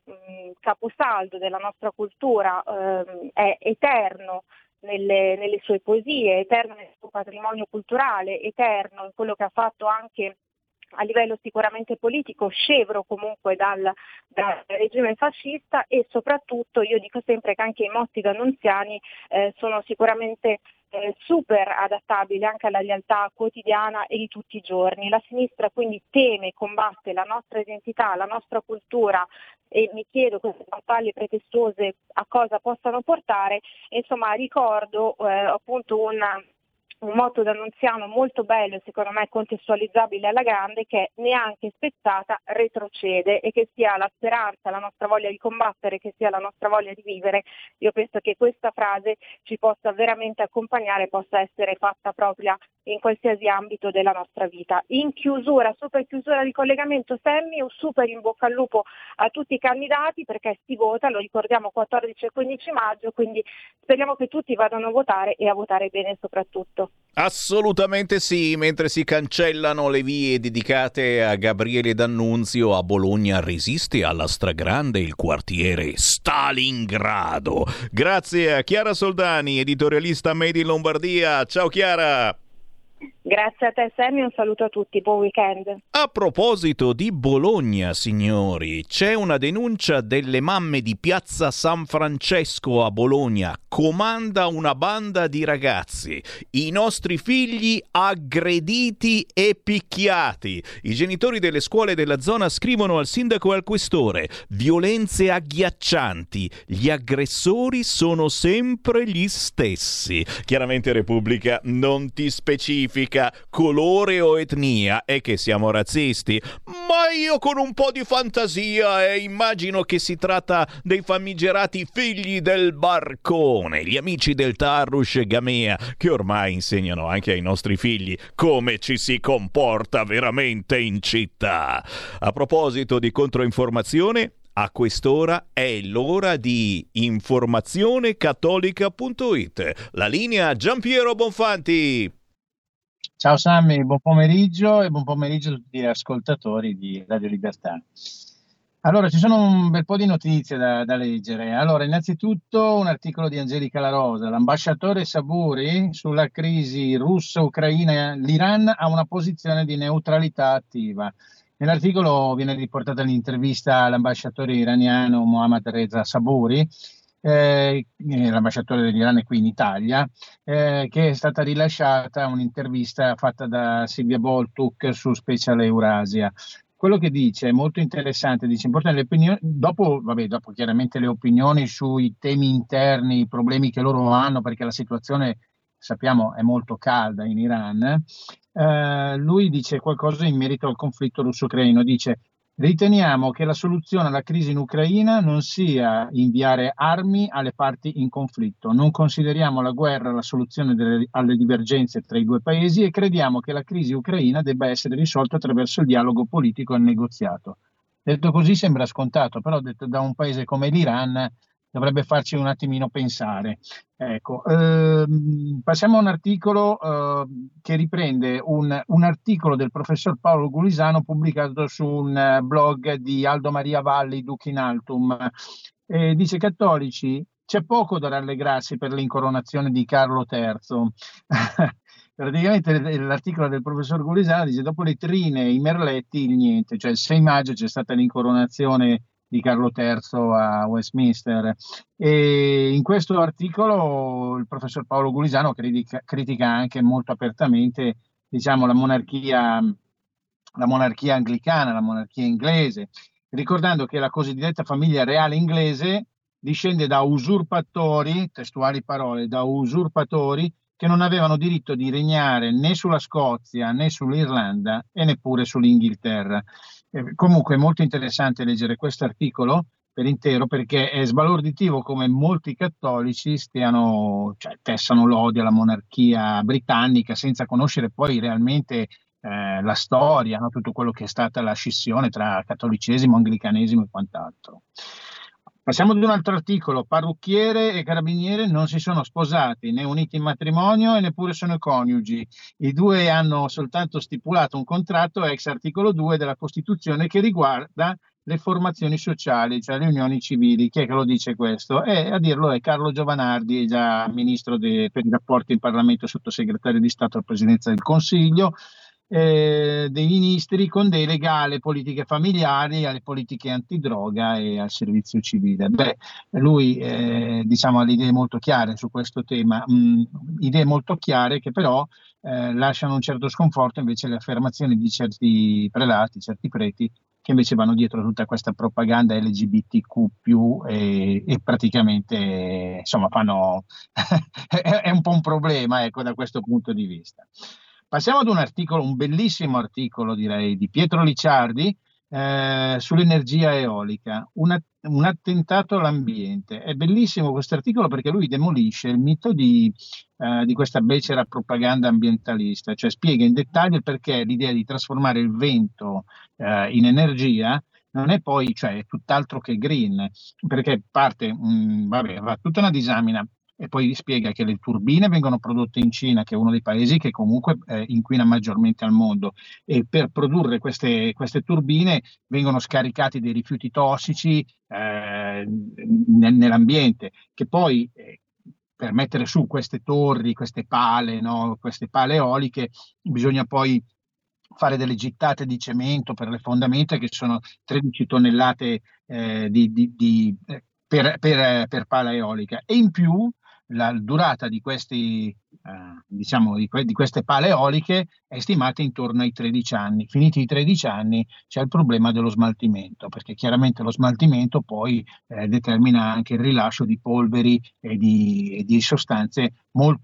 Speaker 4: un caposaldo della nostra cultura, eh, è eterno nelle, nelle sue poesie, eterno nel suo patrimonio culturale, eterno in quello che ha fatto anche a livello sicuramente politico, scevro comunque dal, dal regime fascista, e soprattutto io dico sempre che anche i motti d'annunziani eh, sono sicuramente eh, super adattabili anche alla realtà quotidiana e di tutti i giorni. La sinistra quindi teme e combatte la nostra identità, la nostra cultura, e mi chiedo queste battaglie pretestuose a cosa possano portare. Insomma, ricordo eh, appunto un un motto d'Annunziano molto bello e secondo me contestualizzabile alla grande, che è: neanche spezzata retrocede, e che sia la speranza, la nostra voglia di combattere, che sia la nostra voglia di vivere. Io penso che questa frase ci possa veramente accompagnare, possa essere fatta propria in qualsiasi ambito della nostra vita. In chiusura, super chiusura di collegamento, Sammy, un super in bocca al lupo a tutti i candidati, perché si vota, lo ricordiamo, quattordici e quindici maggio, quindi speriamo che tutti vadano a votare e a votare bene soprattutto.
Speaker 18: Assolutamente sì, mentre si cancellano le vie dedicate a Gabriele D'Annunzio, a Bologna resiste alla stragrande il quartiere Stalingrado. Grazie a Chiara Soldani, editorialista Made in Lombardia. Ciao Chiara!
Speaker 4: Grazie a te Sammy, un saluto a tutti, buon weekend.
Speaker 18: A proposito di Bologna, signori, c'è una denuncia delle mamme di Piazza San Francesco a Bologna. Comanda una banda di ragazzi, i nostri figli aggrediti e picchiati. I genitori delle scuole della zona scrivono al sindaco e al questore: violenze agghiaccianti, gli aggressori sono sempre gli stessi. Chiaramente Repubblica non ti specifica colore o etnia, e che siamo razzisti, ma io con un po' di fantasia eh, immagino che si tratta dei famigerati figli del barcone, gli amici del Tarrus e Gamea, che ormai insegnano anche ai nostri figli come ci si comporta veramente in città. A proposito di controinformazione, a quest'ora è l'ora di informazione cattolica punto it. La linea Giampiero Bonfanti.
Speaker 5: Ciao Sammy, buon pomeriggio e buon pomeriggio a tutti gli ascoltatori di Radio Libertà. Allora, ci sono un bel po' di notizie da, da leggere. Allora, innanzitutto un articolo di Angelica La Rosa, l'ambasciatore Saburi sulla crisi russo-ucraina. L'Iran ha una posizione di neutralità attiva. Nell'articolo viene riportata l'intervista all'ambasciatore iraniano Mohammad Reza Saburi, Eh, l'ambasciatore dell'Iran è qui in Italia, eh, che è stata rilasciata un'intervista fatta da Silvia Boltuk su Special Eurasia. Quello che dice è molto interessante, dice importante le opinioni, dopo, vabbè, dopo chiaramente le opinioni sui temi interni, i problemi che loro hanno, perché la situazione, sappiamo, è molto calda in Iran. Eh, lui dice qualcosa in merito al conflitto russo-ucraino, dice: riteniamo che la soluzione alla crisi in Ucraina non sia inviare armi alle parti in conflitto. Non consideriamo la guerra la soluzione delle, alle divergenze tra i due paesi e crediamo che la crisi ucraina debba essere risolta attraverso il dialogo politico e il negoziato. Detto così sembra scontato, però detto da un paese come l'Iran dovrebbe farci un attimino pensare. Ecco, ehm, passiamo a un articolo eh, che riprende un, un articolo del professor Paolo Gulisano pubblicato su un blog di Aldo Maria Valli, Duc in Altum. Eh, dice: cattolici, c'è poco da rallegrarsi per l'incoronazione di Carlo terzo. Praticamente l'articolo del professor Gulisano dice: dopo le trine e i merletti, il niente. Cioè il sei maggio c'è stata l'incoronazione di Carlo terzo a Westminster, e in questo articolo il professor Paolo Gulisano critica, critica anche molto apertamente, diciamo, la monarchia, la monarchia anglicana, la monarchia inglese, ricordando che la cosiddetta famiglia reale inglese discende da usurpatori, testuali parole, da usurpatori che non avevano diritto di regnare né sulla Scozia né sull'Irlanda e neppure sull'Inghilterra. Eh, comunque è molto interessante leggere questo articolo per intero, perché è sbalorditivo come molti cattolici stiano, cioè, tessano l'odio alla monarchia britannica senza conoscere poi realmente eh, la storia, no? Tutto quello che è stata la scissione tra cattolicesimo, anglicanesimo e quant'altro. Passiamo ad un altro articolo. Parrucchiere e carabiniere non si sono sposati, né uniti in matrimonio e neppure sono coniugi. I due hanno soltanto stipulato un contratto ex articolo due della Costituzione che riguarda le formazioni sociali, cioè le unioni civili. Chi è che lo dice questo? E a dirlo è Carlo Giovanardi, già ministro de, per i rapporti in Parlamento e sottosegretario di Stato alla Presidenza del Consiglio, eh, dei ministri con delega alle politiche familiari, alle politiche antidroga e al servizio civile. Beh, lui eh, diciamo ha le idee molto chiare su questo tema, mh, idee molto chiare che però eh, lasciano un certo sconforto invece le affermazioni di certi prelati, certi preti, che invece vanno dietro tutta questa propaganda L G B T Q più e, e praticamente insomma fanno è, è un po' un problema, ecco, da questo punto di vista. Passiamo ad un articolo, un bellissimo articolo direi di Pietro Licciardi eh, sull'energia eolica, un, un attentato all'ambiente. È bellissimo questo articolo perché lui demolisce il mito di, eh, di questa becera propaganda ambientalista, cioè spiega in dettaglio il perché l'idea di trasformare il vento eh, in energia non è poi, cioè, è tutt'altro che green, perché parte, mh, vabbè, va tutta una disamina e poi spiega che le turbine vengono prodotte in Cina, che è uno dei paesi che comunque eh, inquina maggiormente al mondo, e per produrre queste, queste turbine vengono scaricati dei rifiuti tossici eh, nell'ambiente, che poi eh, per mettere su queste torri, queste pale, no, queste pale eoliche, bisogna poi fare delle gittate di cemento per le fondamenta che sono tredici tonnellate eh, di, di, di, eh, per, per, per pala eolica, e in più la durata di questi eh, diciamo di, que- di queste pale eoliche è stimata intorno ai tredici anni. Finiti i tredici anni c'è il problema dello smaltimento, perché chiaramente lo smaltimento poi eh, determina anche il rilascio di polveri e di, e di sostanze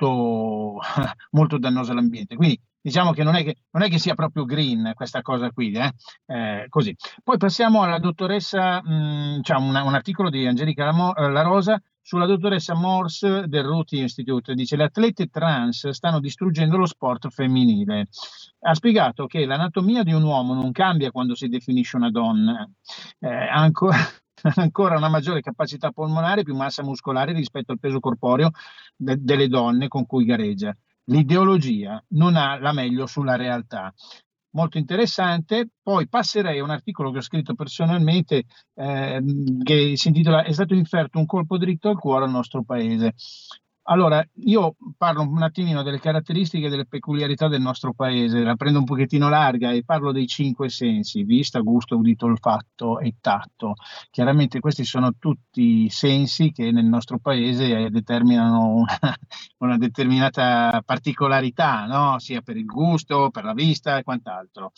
Speaker 5: molto molto dannose all'ambiente. Quindi diciamo che non è che, non è che sia proprio green questa cosa qui, eh? Eh, così. Poi passiamo alla dottoressa, mh, cioè un, un articolo di Angelica Lamo- La Rosa sulla dottoressa Morse del Ruth Institute. Dice: le atlete trans stanno distruggendo lo sport femminile. Ha spiegato che l'anatomia di un uomo non cambia quando si definisce una donna, eh, ancora ancora una maggiore capacità polmonare, più massa muscolare rispetto al peso corporeo de- delle donne con cui gareggia. L'ideologia non ha la meglio sulla realtà. Molto interessante. Poi passerei a un articolo che ho scritto personalmente eh, che si intitola "È stato inferto un colpo dritto al cuore al nostro paese". Allora, io parlo un attimino delle caratteristiche e delle peculiarità del nostro paese, la prendo un pochettino larga e parlo dei cinque sensi: vista, gusto, udito, olfatto e tatto. Chiaramente questi sono tutti sensi che nel nostro paese determinano una, una determinata particolarità, no? Sia per il gusto, per la vista e quant'altro.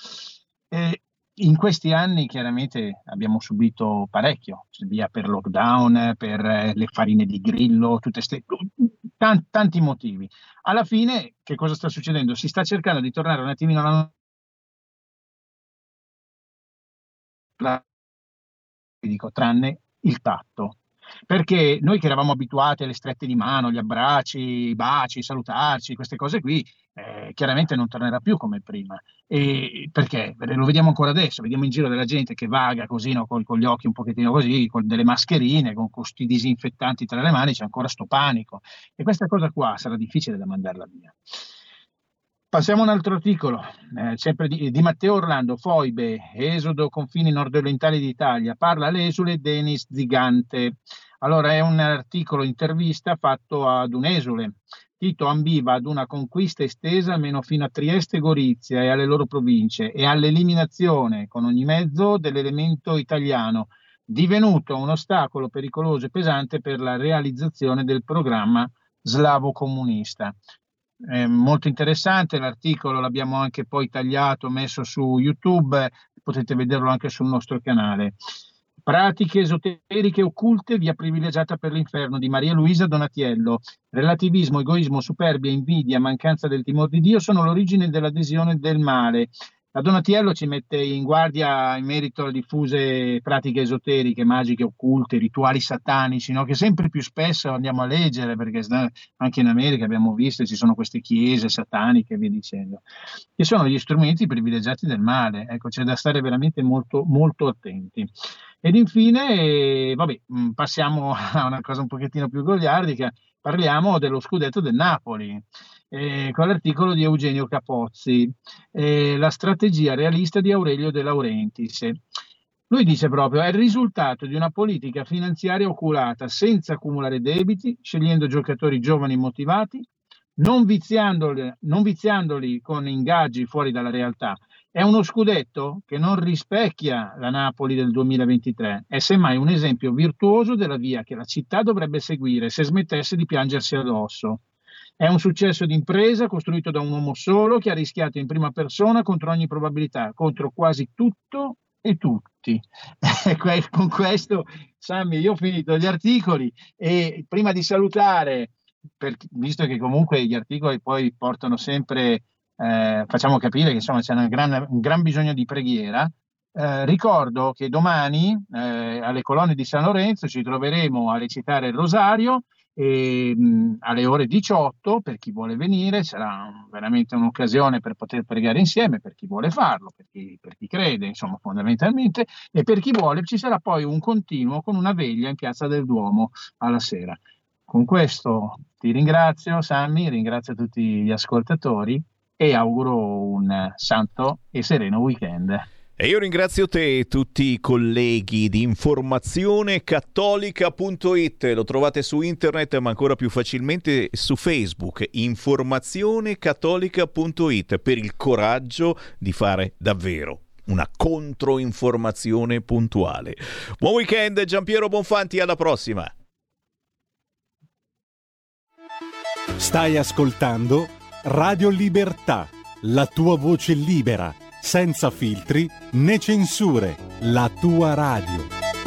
Speaker 5: E in questi anni chiaramente abbiamo subito parecchio, via per lockdown, per le farine di grillo, tutte ste, tanti, tanti motivi. Alla fine che cosa sta succedendo? Si sta cercando di tornare un attimino alla dico, tranne il tatto. Perché noi che eravamo abituati alle strette di mano, gli abbracci, i baci, salutarci, queste cose qui, eh, chiaramente non tornerà più come prima. E perché? Lo vediamo ancora adesso, vediamo in giro della gente che vaga così, no, con, con gli occhi un pochettino così, con delle mascherine, con questi disinfettanti tra le mani, c'è ancora sto panico. E questa cosa qua sarà difficile da mandarla via. Passiamo a un altro articolo, eh, sempre di, di Matteo Orlando, Foibe, esodo confini nord-orientali d'Italia, parla l'esule Denis Zigante. Allora è un articolo intervista fatto ad un esule. Tito ambiva ad una conquista estesa almeno fino a Trieste e Gorizia e alle loro province, e all'eliminazione con ogni mezzo dell'elemento italiano, divenuto un ostacolo pericoloso e pesante per la realizzazione del programma slavo comunista. È molto interessante l'articolo, l'abbiamo anche poi tagliato, messo su YouTube, potete vederlo anche sul nostro canale. Pratiche esoteriche occulte, via privilegiata per l'inferno, di Maria Luisa Donatiello. Relativismo, egoismo, superbia, invidia, mancanza del timore di Dio sono l'origine dell'adesione del male. La Donatiello ci mette in guardia in merito alle diffuse pratiche esoteriche, magiche, occulte, rituali satanici, no? Che sempre più spesso andiamo a leggere, perché anche in America abbiamo visto ci sono queste chiese sataniche e via dicendo, che sono gli strumenti privilegiati del male. Ecco, c'è da stare veramente molto, molto attenti. Ed infine, vabbè, passiamo a una cosa un pochettino più goliardica, parliamo dello scudetto del Napoli. Eh, con l'articolo di Eugenio Capozzi, eh, la strategia realista di Aurelio De Laurentiis. Lui dice proprio: è il risultato di una politica finanziaria oculata, senza accumulare debiti, scegliendo giocatori giovani motivati, non viziandoli, non viziandoli con ingaggi fuori dalla realtà. È uno scudetto che non rispecchia la Napoli del duemilaventitré, è semmai un esempio virtuoso della via che la città dovrebbe seguire se smettesse di piangersi addosso. È un successo d'impresa costruito da un uomo solo che ha rischiato in prima persona contro ogni probabilità, contro quasi tutto e tutti. Con questo, Sammy, io ho finito gli articoli e prima di salutare, per, visto che comunque gli articoli poi portano sempre, eh, facciamo capire che insomma c'è una gran, un gran bisogno di preghiera, eh, ricordo che domani eh, alle colonne di San Lorenzo ci troveremo a recitare il Rosario. E, mh, alle ore diciotto, per chi vuole venire, sarà veramente un'occasione per poter pregare insieme, per chi vuole farlo, per chi, per chi crede, insomma, fondamentalmente, e per chi vuole ci sarà poi un continuo con una veglia in Piazza del Duomo alla sera. Con questo ti ringrazio, Sammy, ringrazio tutti gli ascoltatori e auguro un santo e sereno weekend.
Speaker 18: E io ringrazio te e tutti i colleghi di informazione cattolica punto it, lo trovate su internet ma ancora più facilmente su Facebook, informazione cattolica punto it, per il coraggio di fare davvero una controinformazione puntuale. Buon weekend, Giampiero Bonfanti, alla prossima.
Speaker 8: Stai ascoltando Radio Libertà, la tua voce libera, senza filtri né censure, la tua radio.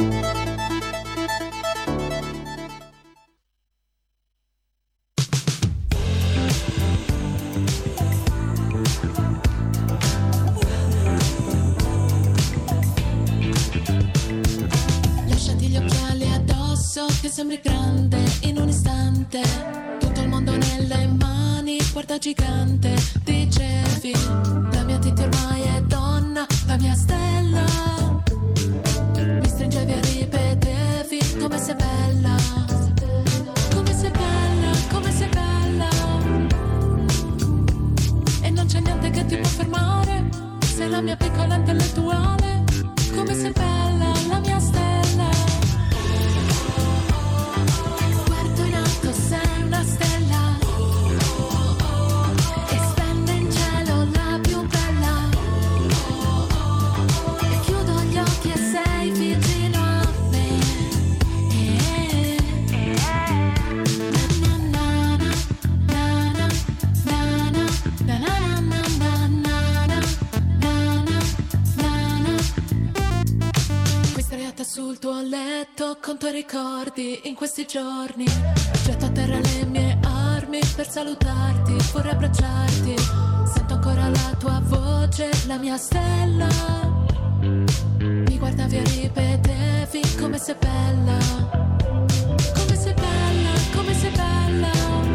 Speaker 6: Lasciati gli occhiali addosso che sembri grande in un istante, tutto il mondo nelle mani, guarda gigante, dicevi la mia Titti ormai è donna, la mia stella, mi stringevi e ripetevi come sei bella, come sei bella, come sei bella, e non c'è niente che ti può fermare, sei la mia piccola intellettuale, come sei bella, la mia stella, guardo in alto, sei una stella, sul tuo letto con tuoi ricordi in questi giorni, getto a terra le mie armi per salutarti, vorrei abbracciarti, sento ancora la tua voce, la mia stella, mi guardavi e ripetevi come sei bella, come sei bella, come sei bella,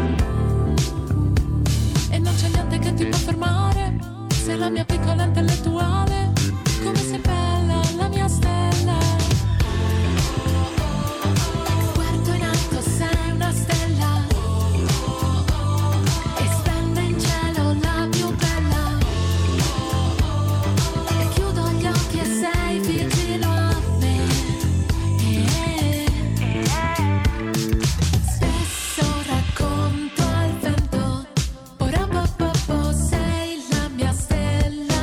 Speaker 6: e non c'è niente che ti può fermare, sei la mia piccola intellettuale, come sei bella, la mia stella. Sei la mia stella.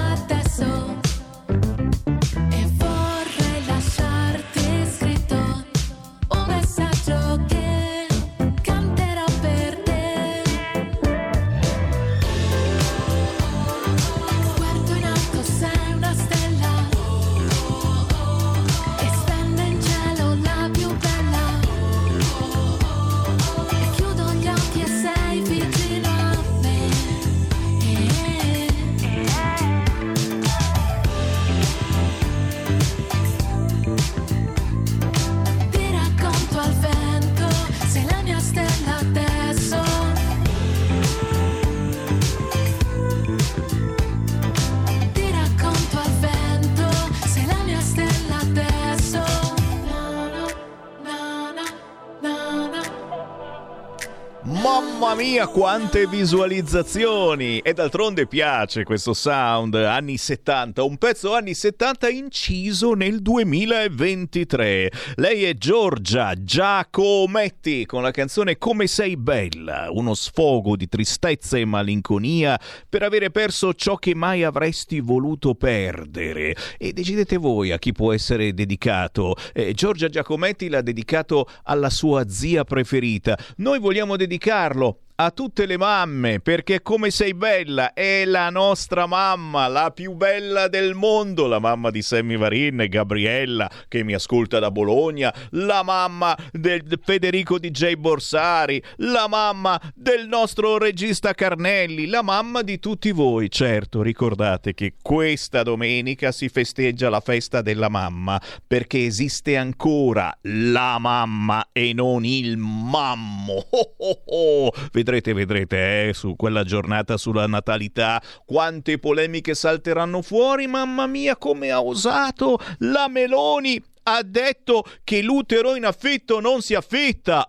Speaker 18: mia, quante visualizzazioni! E d'altronde piace questo sound anni settanta, un pezzo anni settanta inciso nel duemilaventitré. Lei è Giorgia Giacometti con la canzone Come sei bella, uno sfogo di tristezza e malinconia per avere perso ciò che mai avresti voluto perdere. E decidete voi a chi può essere dedicato. Eh, Giorgia Giacometti l'ha dedicato alla sua zia preferita. Noi vogliamo dedicarlo a tutte le mamme, perché Come sei bella è la nostra mamma, la più bella del mondo, la mamma di Sammy Varin, Gabriella, che mi ascolta da Bologna, la mamma del Federico D J Borsari, la mamma del nostro regista Carnelli, la mamma di tutti voi. Certo, ricordate che questa domenica si festeggia la festa della mamma, perché esiste ancora la mamma e non il mammo. Oh, oh, oh. Vedrete, vedrete, eh, su quella giornata sulla natalità, quante polemiche salteranno fuori. Mamma mia, come ha osato la Meloni! Ha detto che l'utero in affitto non si affitta.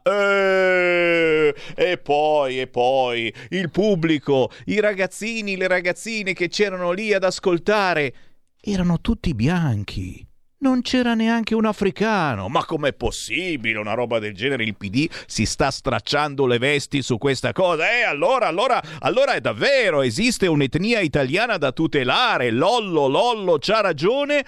Speaker 18: Eh, e poi, e poi, il pubblico, i ragazzini, le ragazzine che c'erano lì ad ascoltare, erano tutti bianchi. Non c'era neanche un africano. Ma com'è possibile una roba del genere? Il P D si sta stracciando le vesti su questa cosa. Eh, allora, allora, allora è davvero, esiste un'etnia italiana da tutelare. Lollo, Lollo, c'ha ragione.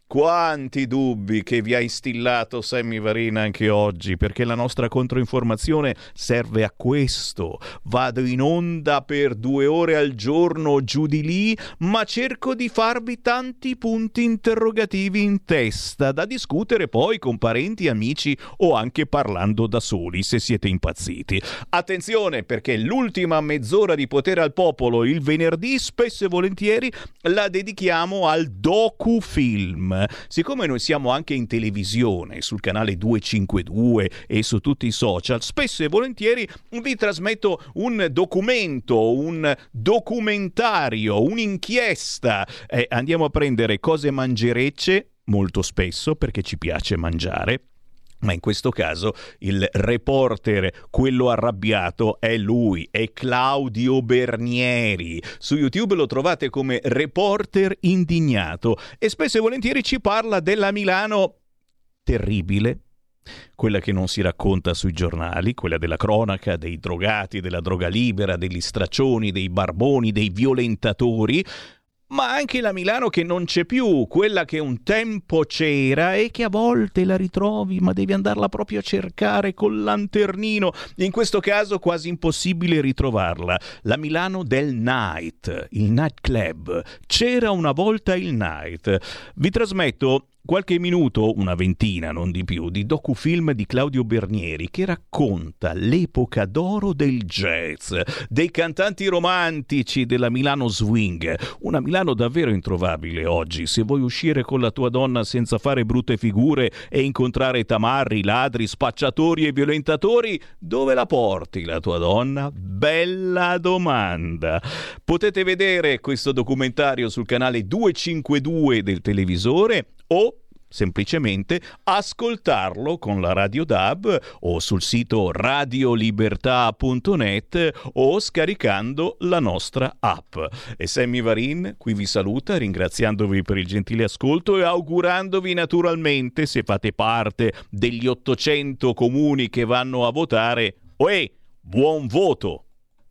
Speaker 18: Quanti dubbi che vi ha instillato Sammy Varin anche oggi, perché la nostra controinformazione serve a questo. Vado in onda per due ore al giorno giù di lì, ma cerco di farvi tanti punti interrogativi in testa da discutere poi con parenti, amici o anche parlando da soli, se siete impazziti. Attenzione, perché l'ultima mezz'ora di Potere al Popolo il venerdì spesso e volentieri la dedichiamo al docufilm. Siccome noi siamo anche in televisione, sul canale duecentocinquantadue e su tutti i social, spesso e volentieri vi trasmetto un documento, un documentario, un'inchiesta. Eh, andiamo a prendere cose mangerecce, molto spesso, perché ci piace mangiare. Ma in questo caso il reporter, quello arrabbiato, è lui, è Claudio Bernieri. Su YouTube lo trovate come reporter indignato e spesso e volentieri ci parla della Milano terribile, quella che non si racconta sui giornali, quella della cronaca, dei drogati, della droga libera, degli straccioni, dei barboni, dei violentatori, ma anche la Milano che non c'è più, quella che un tempo c'era e che a volte la ritrovi, ma devi andarla proprio a cercare col lanternino. In questo caso quasi impossibile ritrovarla. La Milano del night, il night club. C'era una volta il night. Vi trasmetto qualche minuto, una ventina, non di più, di docufilm di Claudio Bernieri che racconta l'epoca d'oro del jazz, dei cantanti romantici della Milano swing, una Milano davvero introvabile oggi. Se vuoi uscire con la tua donna senza fare brutte figure e incontrare tamarri, ladri, spacciatori e violentatori, dove la porti la tua donna? Bella domanda. Potete vedere questo documentario sul canale duecentocinquantadue del televisore o semplicemente ascoltarlo con la Radio D A B o sul sito radiolibertà punto net o scaricando la nostra app. E Sammy Varin qui vi saluta ringraziandovi per il gentile ascolto e augurandovi naturalmente, se fate parte degli ottocento comuni che vanno a votare, oe, buon voto!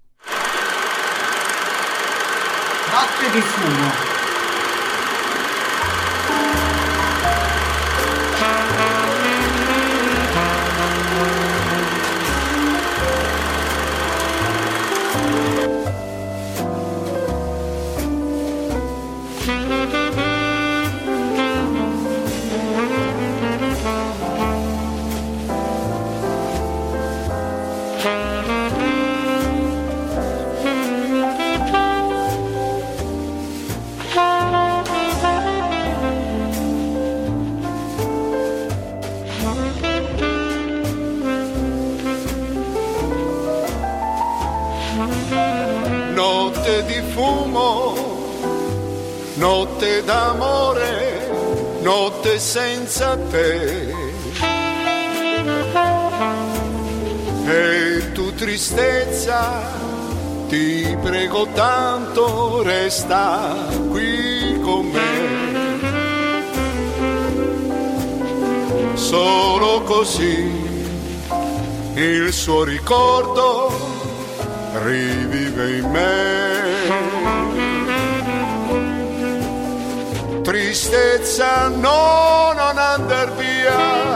Speaker 7: Notte di fumo.
Speaker 10: Notte di fumo, notte d'amore, notte senza te. E tu tristezza, ti prego tanto, resta qui con me. Solo così il suo ricordo rivive in me. Tristezza, no, non andar via,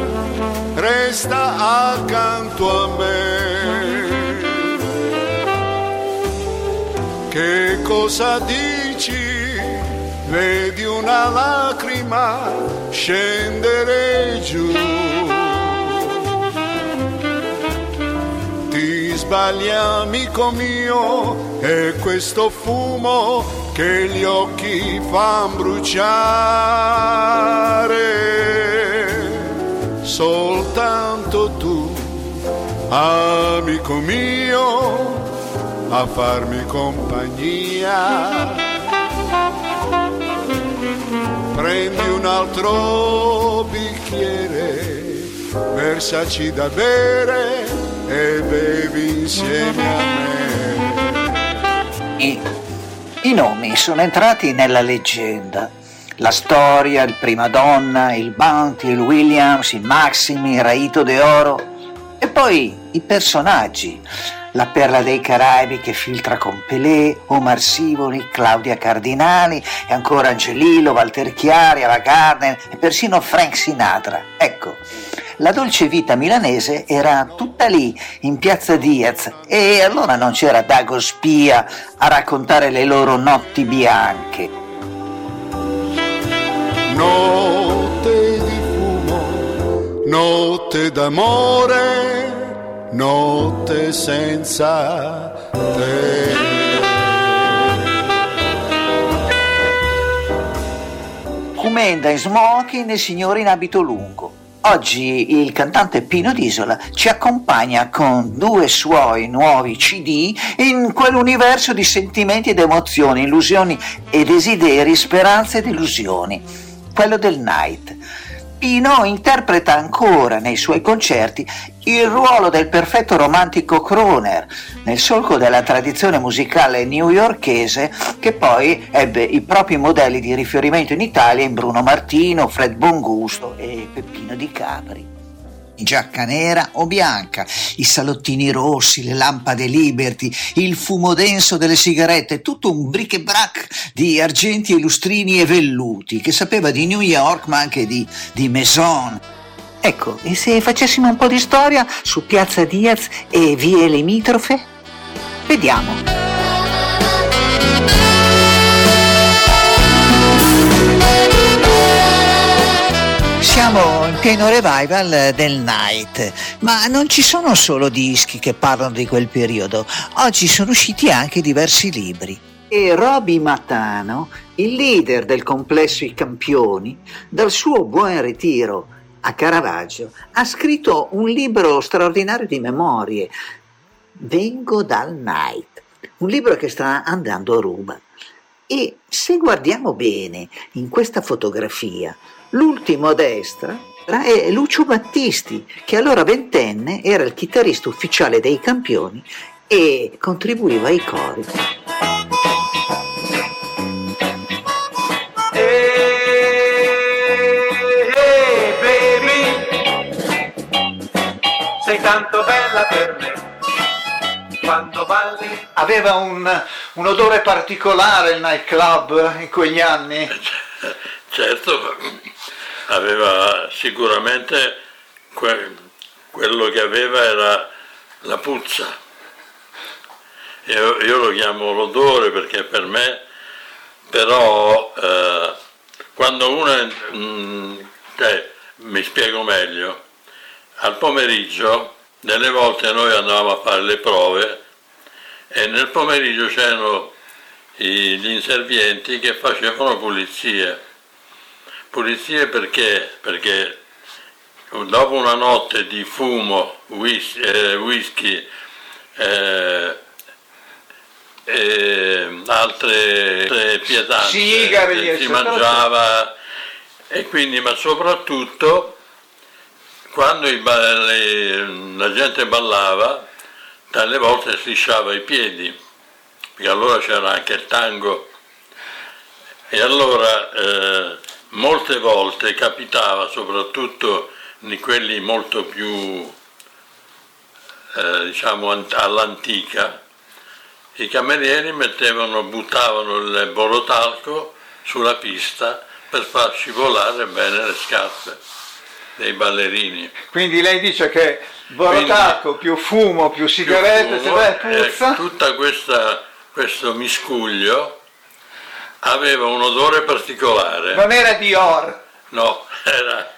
Speaker 10: resta accanto a me. Che cosa dici? Vedi una lacrima scendere giù. Ti sbagli, amico mio, è questo fumo che gli occhi fan bruciare. Soltanto tu, amico mio, a farmi compagnia. Prendi un altro bicchiere, versaci da bere e bevi insieme a me.
Speaker 11: I, I nomi sono entrati nella leggenda. La storia, il Prima Donna, il Bounty, il Williams, il Maximi, il Raito de Oro e poi i personaggi. La Perla dei Caraibi che filtra con Pelé, Omar Sivori, Claudia Cardinali e ancora Angelillo, Walter Chiari, Ava Gardner e persino Frank Sinatra. Ecco, la dolce vita milanese era tutta lì, in Piazza Diaz, e allora non c'era Dago Spia a raccontare le loro notti bianche.
Speaker 10: Notte di fumo, notte d'amore, notte senza te.
Speaker 11: Comenda in smoking e signore in abito lungo. Oggi il cantante Pino D'isola ci accompagna con due suoi nuovi C D in quell'universo di sentimenti ed emozioni, illusioni e desideri, speranze ed illusioni, quello del night. Pino interpreta ancora nei suoi concerti il ruolo del perfetto romantico crooner, nel solco della tradizione musicale newyorkese che poi ebbe i propri modelli di riferimento in Italia in Bruno Martino, Fred Bongusto e Peppino Di Capri. Giacca nera o bianca, i salottini rossi, le lampade Liberty, il fumo denso delle sigarette, tutto un bric-et-brac di argenti e lustrini e velluti che sapeva di New York ma anche di, di Maison. Ecco, e se facessimo un po' di storia su Piazza Diaz e vie limitrofe? Vediamo. Siamo in pieno revival del night, ma non ci sono solo dischi che parlano di quel periodo, oggi sono usciti anche diversi libri. E Roby Matano, il leader del complesso I Campioni, dal suo buon ritiro a Caravaggio, ha scritto un libro straordinario di memorie, Vengo dal night, un libro che sta andando a ruba. E se guardiamo bene in questa fotografia, l'ultimo a destra è Lucio Battisti, che allora ventenne era il chitarrista ufficiale dei Campioni e contribuiva ai cori.
Speaker 12: Hey, baby, sei tanto bella per me quando balli.
Speaker 11: Aveva un, un odore particolare il nightclub in quegli anni?
Speaker 13: Certo, aveva sicuramente que- quello che aveva era la puzza. Io, io lo chiamo l'odore perché per me, però eh, quando uno è, mh, cioè, mi spiego meglio, al pomeriggio delle volte noi andavamo a fare le prove e nel pomeriggio c'erano i, gli inservienti che facevano pulizie. Pulizie perché? Perché dopo una notte di fumo, whisky, eh, whisky eh, e altre, altre pietanze
Speaker 11: Sigari,
Speaker 13: che si mangiava, e quindi, ma soprattutto quando i, le, la gente ballava dalle volte strisciava i piedi, perché allora c'era anche il tango, e allora eh, molte volte capitava, soprattutto di quelli molto più eh, diciamo all'antica, i camerieri mettevano, buttavano il borotalco sulla pista per far scivolare bene le scarpe dei ballerini.
Speaker 2: Quindi lei dice che borotalco più fumo più sigarette, più fumo, se beh, puzza.
Speaker 13: Tutta questa, questo miscuglio aveva un odore particolare.
Speaker 2: Non era Dior?
Speaker 13: No, era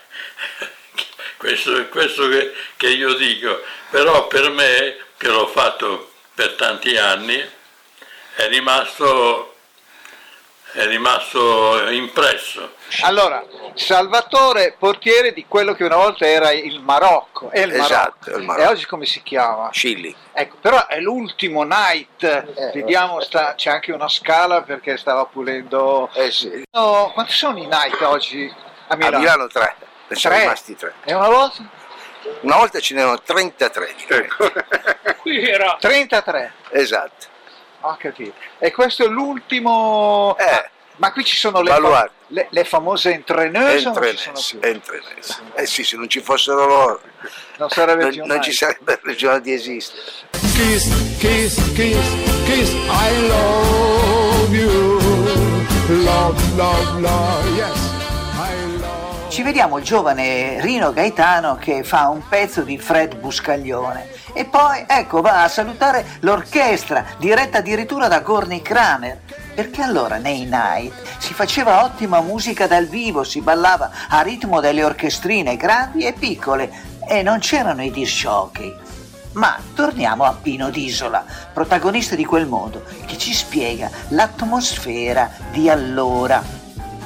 Speaker 13: questo è questo che, che io dico, però per me, che l'ho fatto per tanti anni, è rimasto, è rimasto impresso.
Speaker 2: Allora, Salvatore, portiere di quello che una volta era il Marocco, è il
Speaker 9: esatto,
Speaker 2: Marocco.
Speaker 9: Il Marocco.
Speaker 2: E oggi come si chiama?
Speaker 9: Scilli.
Speaker 2: Ecco, però è l'ultimo night, eh, vediamo, sta, c'è anche una scala perché stava pulendo.
Speaker 9: Eh sì.
Speaker 2: No, quanti sono i night oggi a Milano?
Speaker 9: A Milano tre, ne sono
Speaker 2: Tre?
Speaker 9: rimasti tre.
Speaker 2: E una volta?
Speaker 9: Una volta ce n'erano trentatré.
Speaker 2: Qui era trentatré.
Speaker 9: Esatto.
Speaker 2: Ho capito. E questo è l'ultimo.
Speaker 9: Eh.
Speaker 2: Ma qui ci sono le, fam- le, le famose entraîneuse o non ci sono più?
Speaker 9: Entraîneuse. Eh sì, se non ci fossero loro
Speaker 2: non, sarebbe
Speaker 9: non, non ci sarebbe ragione di esistere.
Speaker 14: Kiss, kiss, kiss, kiss, I love you. Love, love, love, yes, I love.
Speaker 11: Ci vediamo il giovane Rino Gaetano che fa un pezzo di Fred Buscaglione e poi ecco va a salutare l'orchestra diretta addirittura da Gorny Kramer, perché allora nei night si faceva ottima musica dal vivo, si ballava a ritmo delle orchestrine grandi e piccole e non c'erano i disc jockey. Ma torniamo a Pino D'Isola, protagonista di quel mondo, che ci spiega l'atmosfera di allora.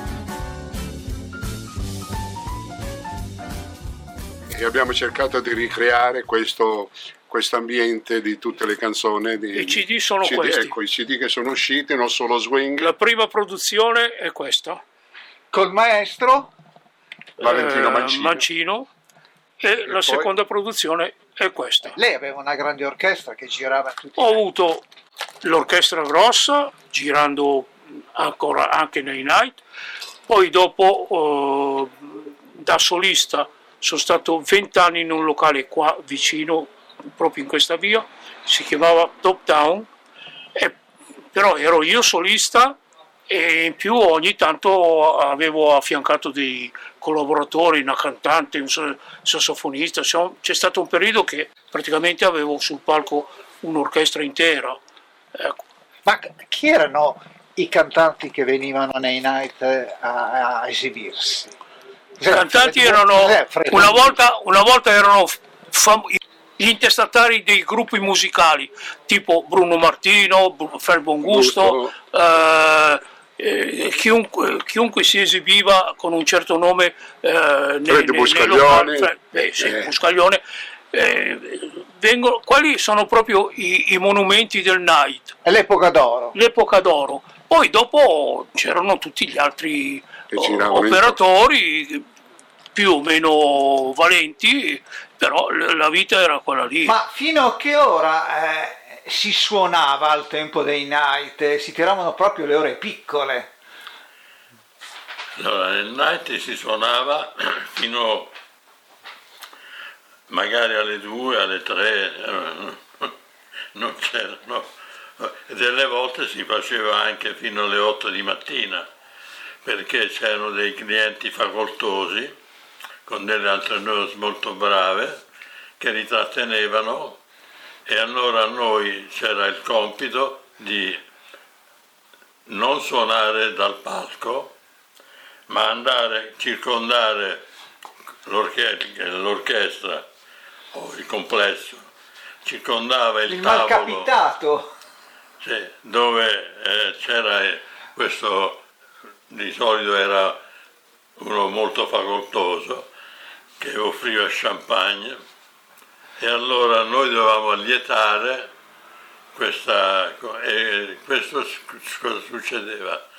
Speaker 15: E abbiamo cercato di ricreare questo ambiente di tutte le canzoni. Di,
Speaker 16: I C D sono
Speaker 15: C D,
Speaker 16: questi.
Speaker 15: Ecco, i C D che sono usciti, non solo swing.
Speaker 16: La prima produzione è questa.
Speaker 2: Col maestro?
Speaker 15: Valentino
Speaker 16: eh,
Speaker 15: Mancino.
Speaker 16: Mancino. E, e la poi? seconda produzione è questa.
Speaker 2: Lei aveva una grande orchestra che girava tutti.
Speaker 16: Ho avuto l'orchestra grossa, girando ancora anche nei night. Poi dopo, eh, da solista, sono stato vent'anni in un locale qua vicino, proprio in questa via, si chiamava Top Town, e, però ero io solista e in più ogni tanto avevo affiancato dei collaboratori, una cantante, un sassofonista. C'è stato un periodo che praticamente avevo sul palco un'orchestra intera. Ecco.
Speaker 2: Ma chi erano i cantanti che venivano nei night a, a esibirsi?
Speaker 16: I cantanti erano, una volta, una volta erano fam- gli intestatari dei gruppi musicali, tipo Bruno Martino, Fer Bongusto, eh, eh, chiunque, chiunque si esibiva con un certo nome eh, nei, nei, nei locali, Fred, eh, sì, eh. Buscaglione, eh, vengono, quali sono proprio i, i monumenti del night.
Speaker 2: È l'epoca d'oro.
Speaker 16: L'epoca d'oro. Poi dopo c'erano tutti gli altri operatori più o meno valenti, però la vita era quella lì.
Speaker 2: Ma fino a che ora eh, si suonava al tempo dei night? Si tiravano proprio le ore piccole?
Speaker 13: Allora, nel night si suonava fino magari alle due, alle tre, non c'erano. Delle volte si faceva anche fino alle otto di mattina, perché c'erano dei clienti facoltosi con delle entraîneuse molto brave che li trattenevano, e allora a noi c'era il compito di non suonare dal palco, ma andare a circondare l'orchestra, l'orchestra o il complesso, circondava il, il tavolo.
Speaker 2: Il malcapitato.
Speaker 13: Sì, dove eh, c'era eh, questo, di solito era uno molto facoltoso che offriva champagne, e allora noi dovevamo allietare questa, e questo cosa succedeva?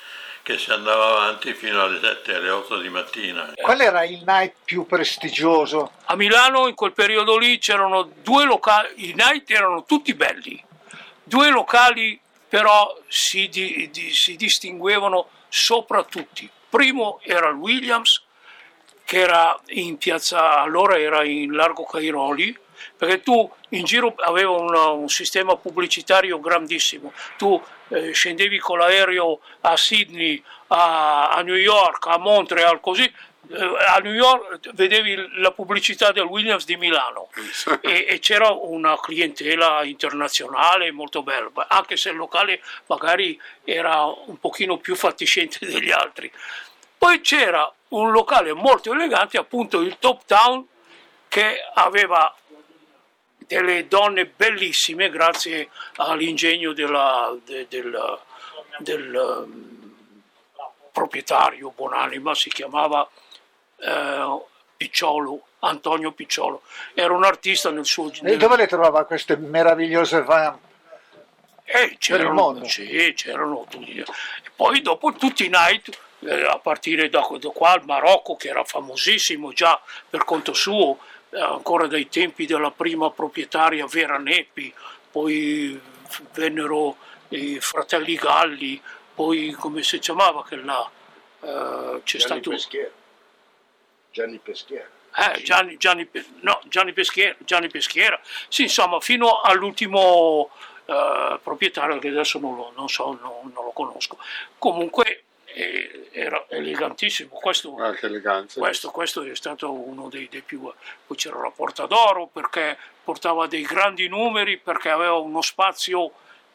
Speaker 13: che si andava avanti fino alle sette, alle otto di mattina.
Speaker 2: Qual era il night più prestigioso?
Speaker 16: A Milano in quel periodo lì c'erano due locali, i night erano tutti belli, due locali però si, di, di, si distinguevano sopra tutti. Primo era il Williams, che era in piazza, allora era in Largo Cairoli, perché tu in giro avevo un, un sistema pubblicitario grandissimo, tu eh, scendevi con l'aereo a Sydney, a, a New York, a Montreal, così, eh, a New York vedevi la pubblicità del Williams di Milano e, e c'era una clientela internazionale molto bella, anche se il locale magari era un pochino più fatiscente degli altri. Poi c'era un locale molto elegante, appunto il Top Town, che aveva delle donne bellissime grazie all'ingegno della, de, del, del um, proprietario buonanima, si chiamava eh, Picciolo, Antonio Picciolo. Era un artista nel suo...
Speaker 2: E dove le trovava queste meravigliose van?
Speaker 16: Eh, c'erano, sì, c'erano tutti. E poi dopo tutti i night, eh, a partire da, da qua il Marocco, che era famosissimo già per conto suo, eh, ancora dai tempi della prima proprietaria Vera Neppi, poi vennero i fratelli Galli, poi come si chiamava che là, eh, c'è
Speaker 9: Gianni
Speaker 16: stato...
Speaker 9: Peschiera. Gianni Peschiera.
Speaker 16: Eh, Gianni, Gianni, no, Gianni Peschiera, Gianni Peschiera, sì, insomma, fino all'ultimo eh, proprietario che adesso non lo, non so, non, non lo conosco. Comunque eh, era elegantissimo. Questo,
Speaker 15: ah, che eleganza.
Speaker 16: Questo, questo è stato uno dei, dei più. Poi c'era la Porta d'Oro perché portava dei grandi numeri, perché aveva uno spazio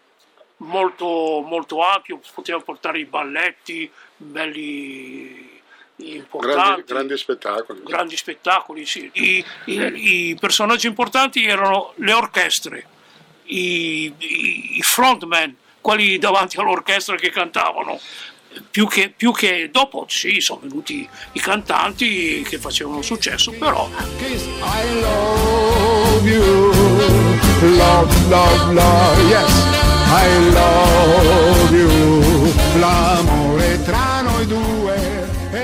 Speaker 16: molto, molto ampio, poteva portare i balletti belli. Importanti,
Speaker 15: grandi, grandi spettacoli.
Speaker 16: Grandi spettacoli, sì. I, i, i personaggi importanti erano le orchestre, i, i, i frontman, quelli davanti all'orchestra che cantavano. Più che, più che dopo, sì, sono venuti i cantanti che facevano successo, però.
Speaker 14: I love you, love, love, love, yes, I love you, l'amore tra noi due.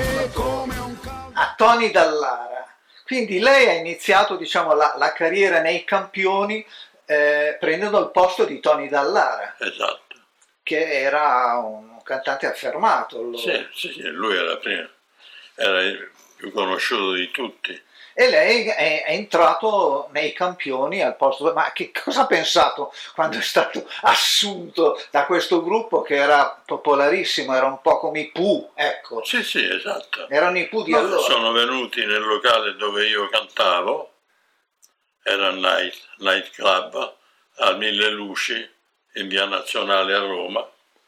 Speaker 2: A Tony Dallara. Quindi lei ha iniziato, diciamo, la, la carriera nei campioni eh, prendendo il posto di Tony Dallara.
Speaker 13: Esatto.
Speaker 2: Che era un cantante affermato. Allora.
Speaker 13: Sì, sì, sì, lui era prima, era il più conosciuto di tutti.
Speaker 2: E lei è, è entrato nei campioni al posto. Ma che cosa ha pensato quando è stato assunto da questo gruppo che era popolarissimo, era un po' come i Pooh, ecco.
Speaker 13: Sì, sì, esatto.
Speaker 2: Erano i Pooh di
Speaker 13: no,
Speaker 2: allora.
Speaker 13: Sono venuti nel locale dove io cantavo, era il night, night Club a Mille Luci in via Nazionale a Roma.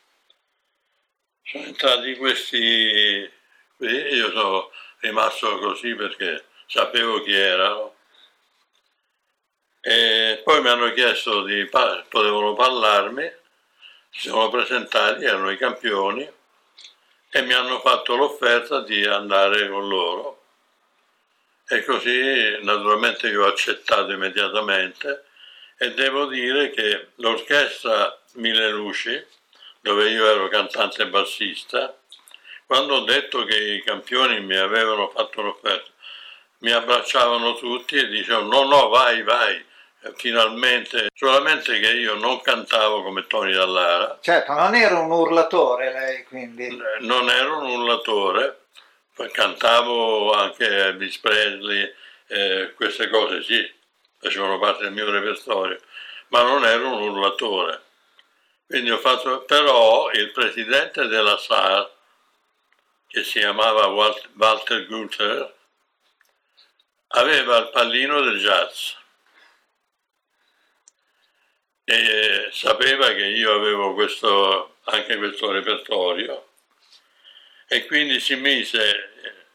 Speaker 13: Sono entrati questi, io sono rimasto così perché sapevo chi erano, e poi mi hanno chiesto di potevano parlarmi, si sono presentati, erano i campioni e mi hanno fatto l'offerta di andare con loro, e così naturalmente io ho accettato immediatamente. E devo dire che l'orchestra Mille Luci, dove io ero cantante e bassista, quando ho detto che i campioni mi avevano fatto l'offerta, mi abbracciavano tutti e dicevano no, no, vai, vai, finalmente, solamente che io non cantavo come Tony Dallara.
Speaker 2: Certo, non era un urlatore lei, quindi.
Speaker 13: Non ero un urlatore, cantavo anche Elvis Presley, eh, queste cose sì, facevano parte del mio repertorio, ma non ero un urlatore. Quindi ho fatto, però il presidente della S A R, che si chiamava Walter Gunther, aveva il pallino del jazz e sapeva che io avevo questo, anche questo repertorio, e quindi si mise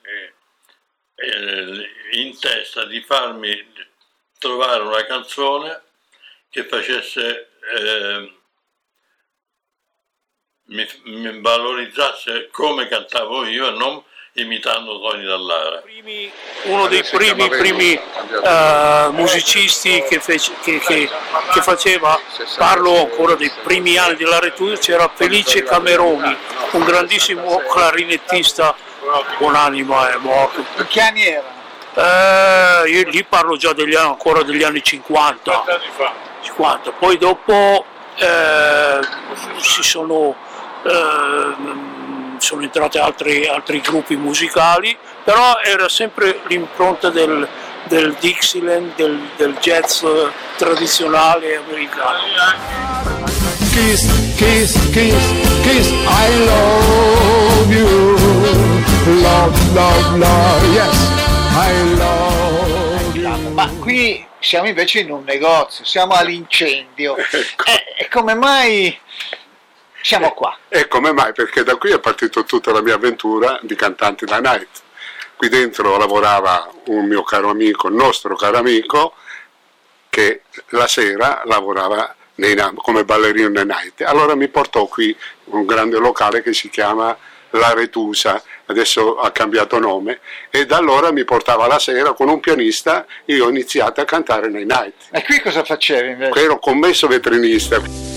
Speaker 13: in testa di farmi trovare una canzone che facesse eh, mi, mi valorizzasse come cantavo io e non imitando Tony Dallara.
Speaker 16: Uno dei primi, primi uh, musicisti che, fece, che, che, che faceva, parlo ancora dei primi anni della Retusa, c'era Felice Cameroni, un grandissimo clarinettista, buonanima, è morto.
Speaker 2: In che anni era?
Speaker 16: Eh, io lì parlo già degli anni, ancora degli anni cinquanta, cinquanta. Poi dopo eh, si sono, eh, sono entrati altri, altri gruppi musicali, però era sempre l'impronta del, del Dixieland, del, del jazz tradizionale americano.
Speaker 14: Kiss, kiss, kiss, kiss, I love you, love, love, love, yes. I love you.
Speaker 2: Ma qui siamo invece in un negozio, siamo all'incendio. E, e come mai siamo qua?
Speaker 15: E come mai? Perché da qui è partita tutta la mia avventura di cantante da night. Qui dentro lavorava un mio caro amico, il nostro caro amico, che la sera lavorava nei, come ballerino nei night. Allora mi portò qui un grande locale che si chiama La Retusa, adesso ha cambiato nome, e da allora mi portava la sera con un pianista e io ho iniziato a cantare nei night.
Speaker 2: E qui cosa facevi invece?
Speaker 15: Qui ero commesso vetrinista.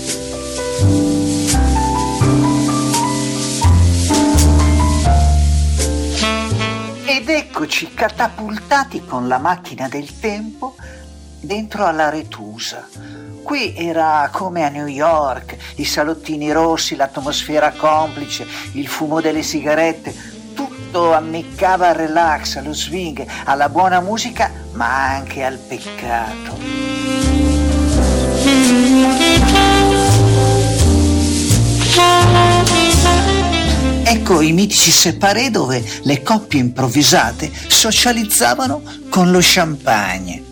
Speaker 11: Ed eccoci catapultati con la macchina del tempo dentro alla Retusa. Qui era come a New York, i salottini rossi, l'atmosfera complice, il fumo delle sigarette, tutto ammiccava al relax, allo swing, alla buona musica, ma anche al peccato. Ecco i mitici separé dove le coppie improvvisate socializzavano con lo champagne.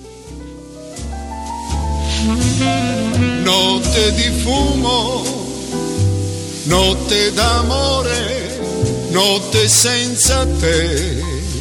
Speaker 10: Notte di fumo, notte d'amore, notte senza te.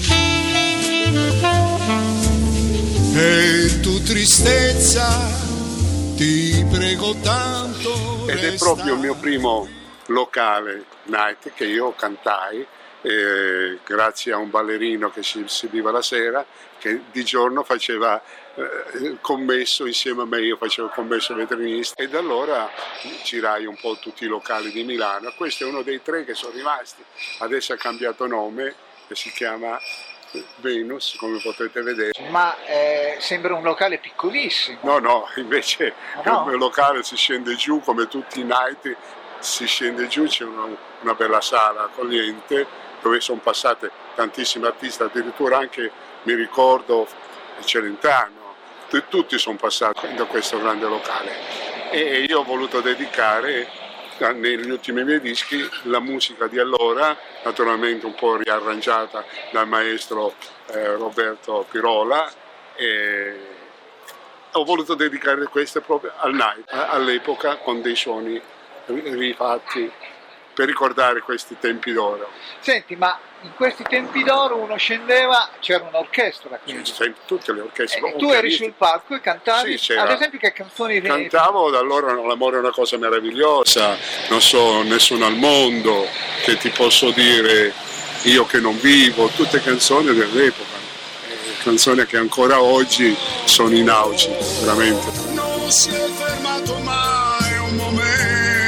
Speaker 10: E tu tristezza, ti prego tanto.
Speaker 15: Ed è proprio il mio primo locale night che io cantai, eh, grazie a un ballerino che si esibiva la sera, che di giorno faceva eh, commesso insieme a me, io facevo il commesso vetrinista, e da allora girai un po' tutti i locali di Milano. Questo è uno dei tre che sono rimasti, adesso ha cambiato nome e si chiama Venus, come potete vedere.
Speaker 2: Ma eh, sembra un locale piccolissimo.
Speaker 15: No, no, invece
Speaker 2: no?
Speaker 15: il locale si scende giù come tutti i night, si scende giù, c'è una, una bella sala accogliente dove sono passate tantissimi artisti, addirittura anche mi ricordo Celentano, t- tutti sono passati da questo grande locale, e io ho voluto dedicare negli ultimi miei dischi la musica di allora, naturalmente un po' riarrangiata dal maestro eh, Roberto Pirola, e ho voluto dedicare questo proprio al night, all'epoca, con dei suoni rifatti per ricordare questi tempi d'oro.
Speaker 2: Senti, ma in questi tempi d'oro uno scendeva, c'era un'orchestra, quindi.
Speaker 15: Sì, tutte le orchestre.
Speaker 2: E tu eri sul palco e cantavi,
Speaker 15: sì,
Speaker 2: ad esempio, che canzoni venezie?
Speaker 15: Cantavo, da allora l'amore è una cosa meravigliosa, non so nessuno al mondo che ti posso dire, io che non vivo, tutte canzoni dell'epoca, eh, canzoni che ancora oggi sono in auge, veramente.
Speaker 10: Non si è fermato mai un momento,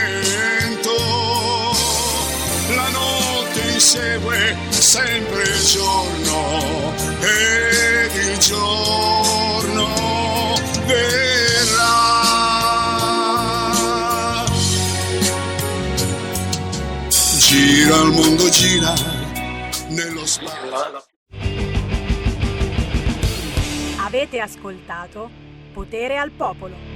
Speaker 10: la notte insegue sempre il giorno ed il giorno verrà. Gira il mondo, gira nello spazio.
Speaker 3: Avete ascoltato Potere al Popolo.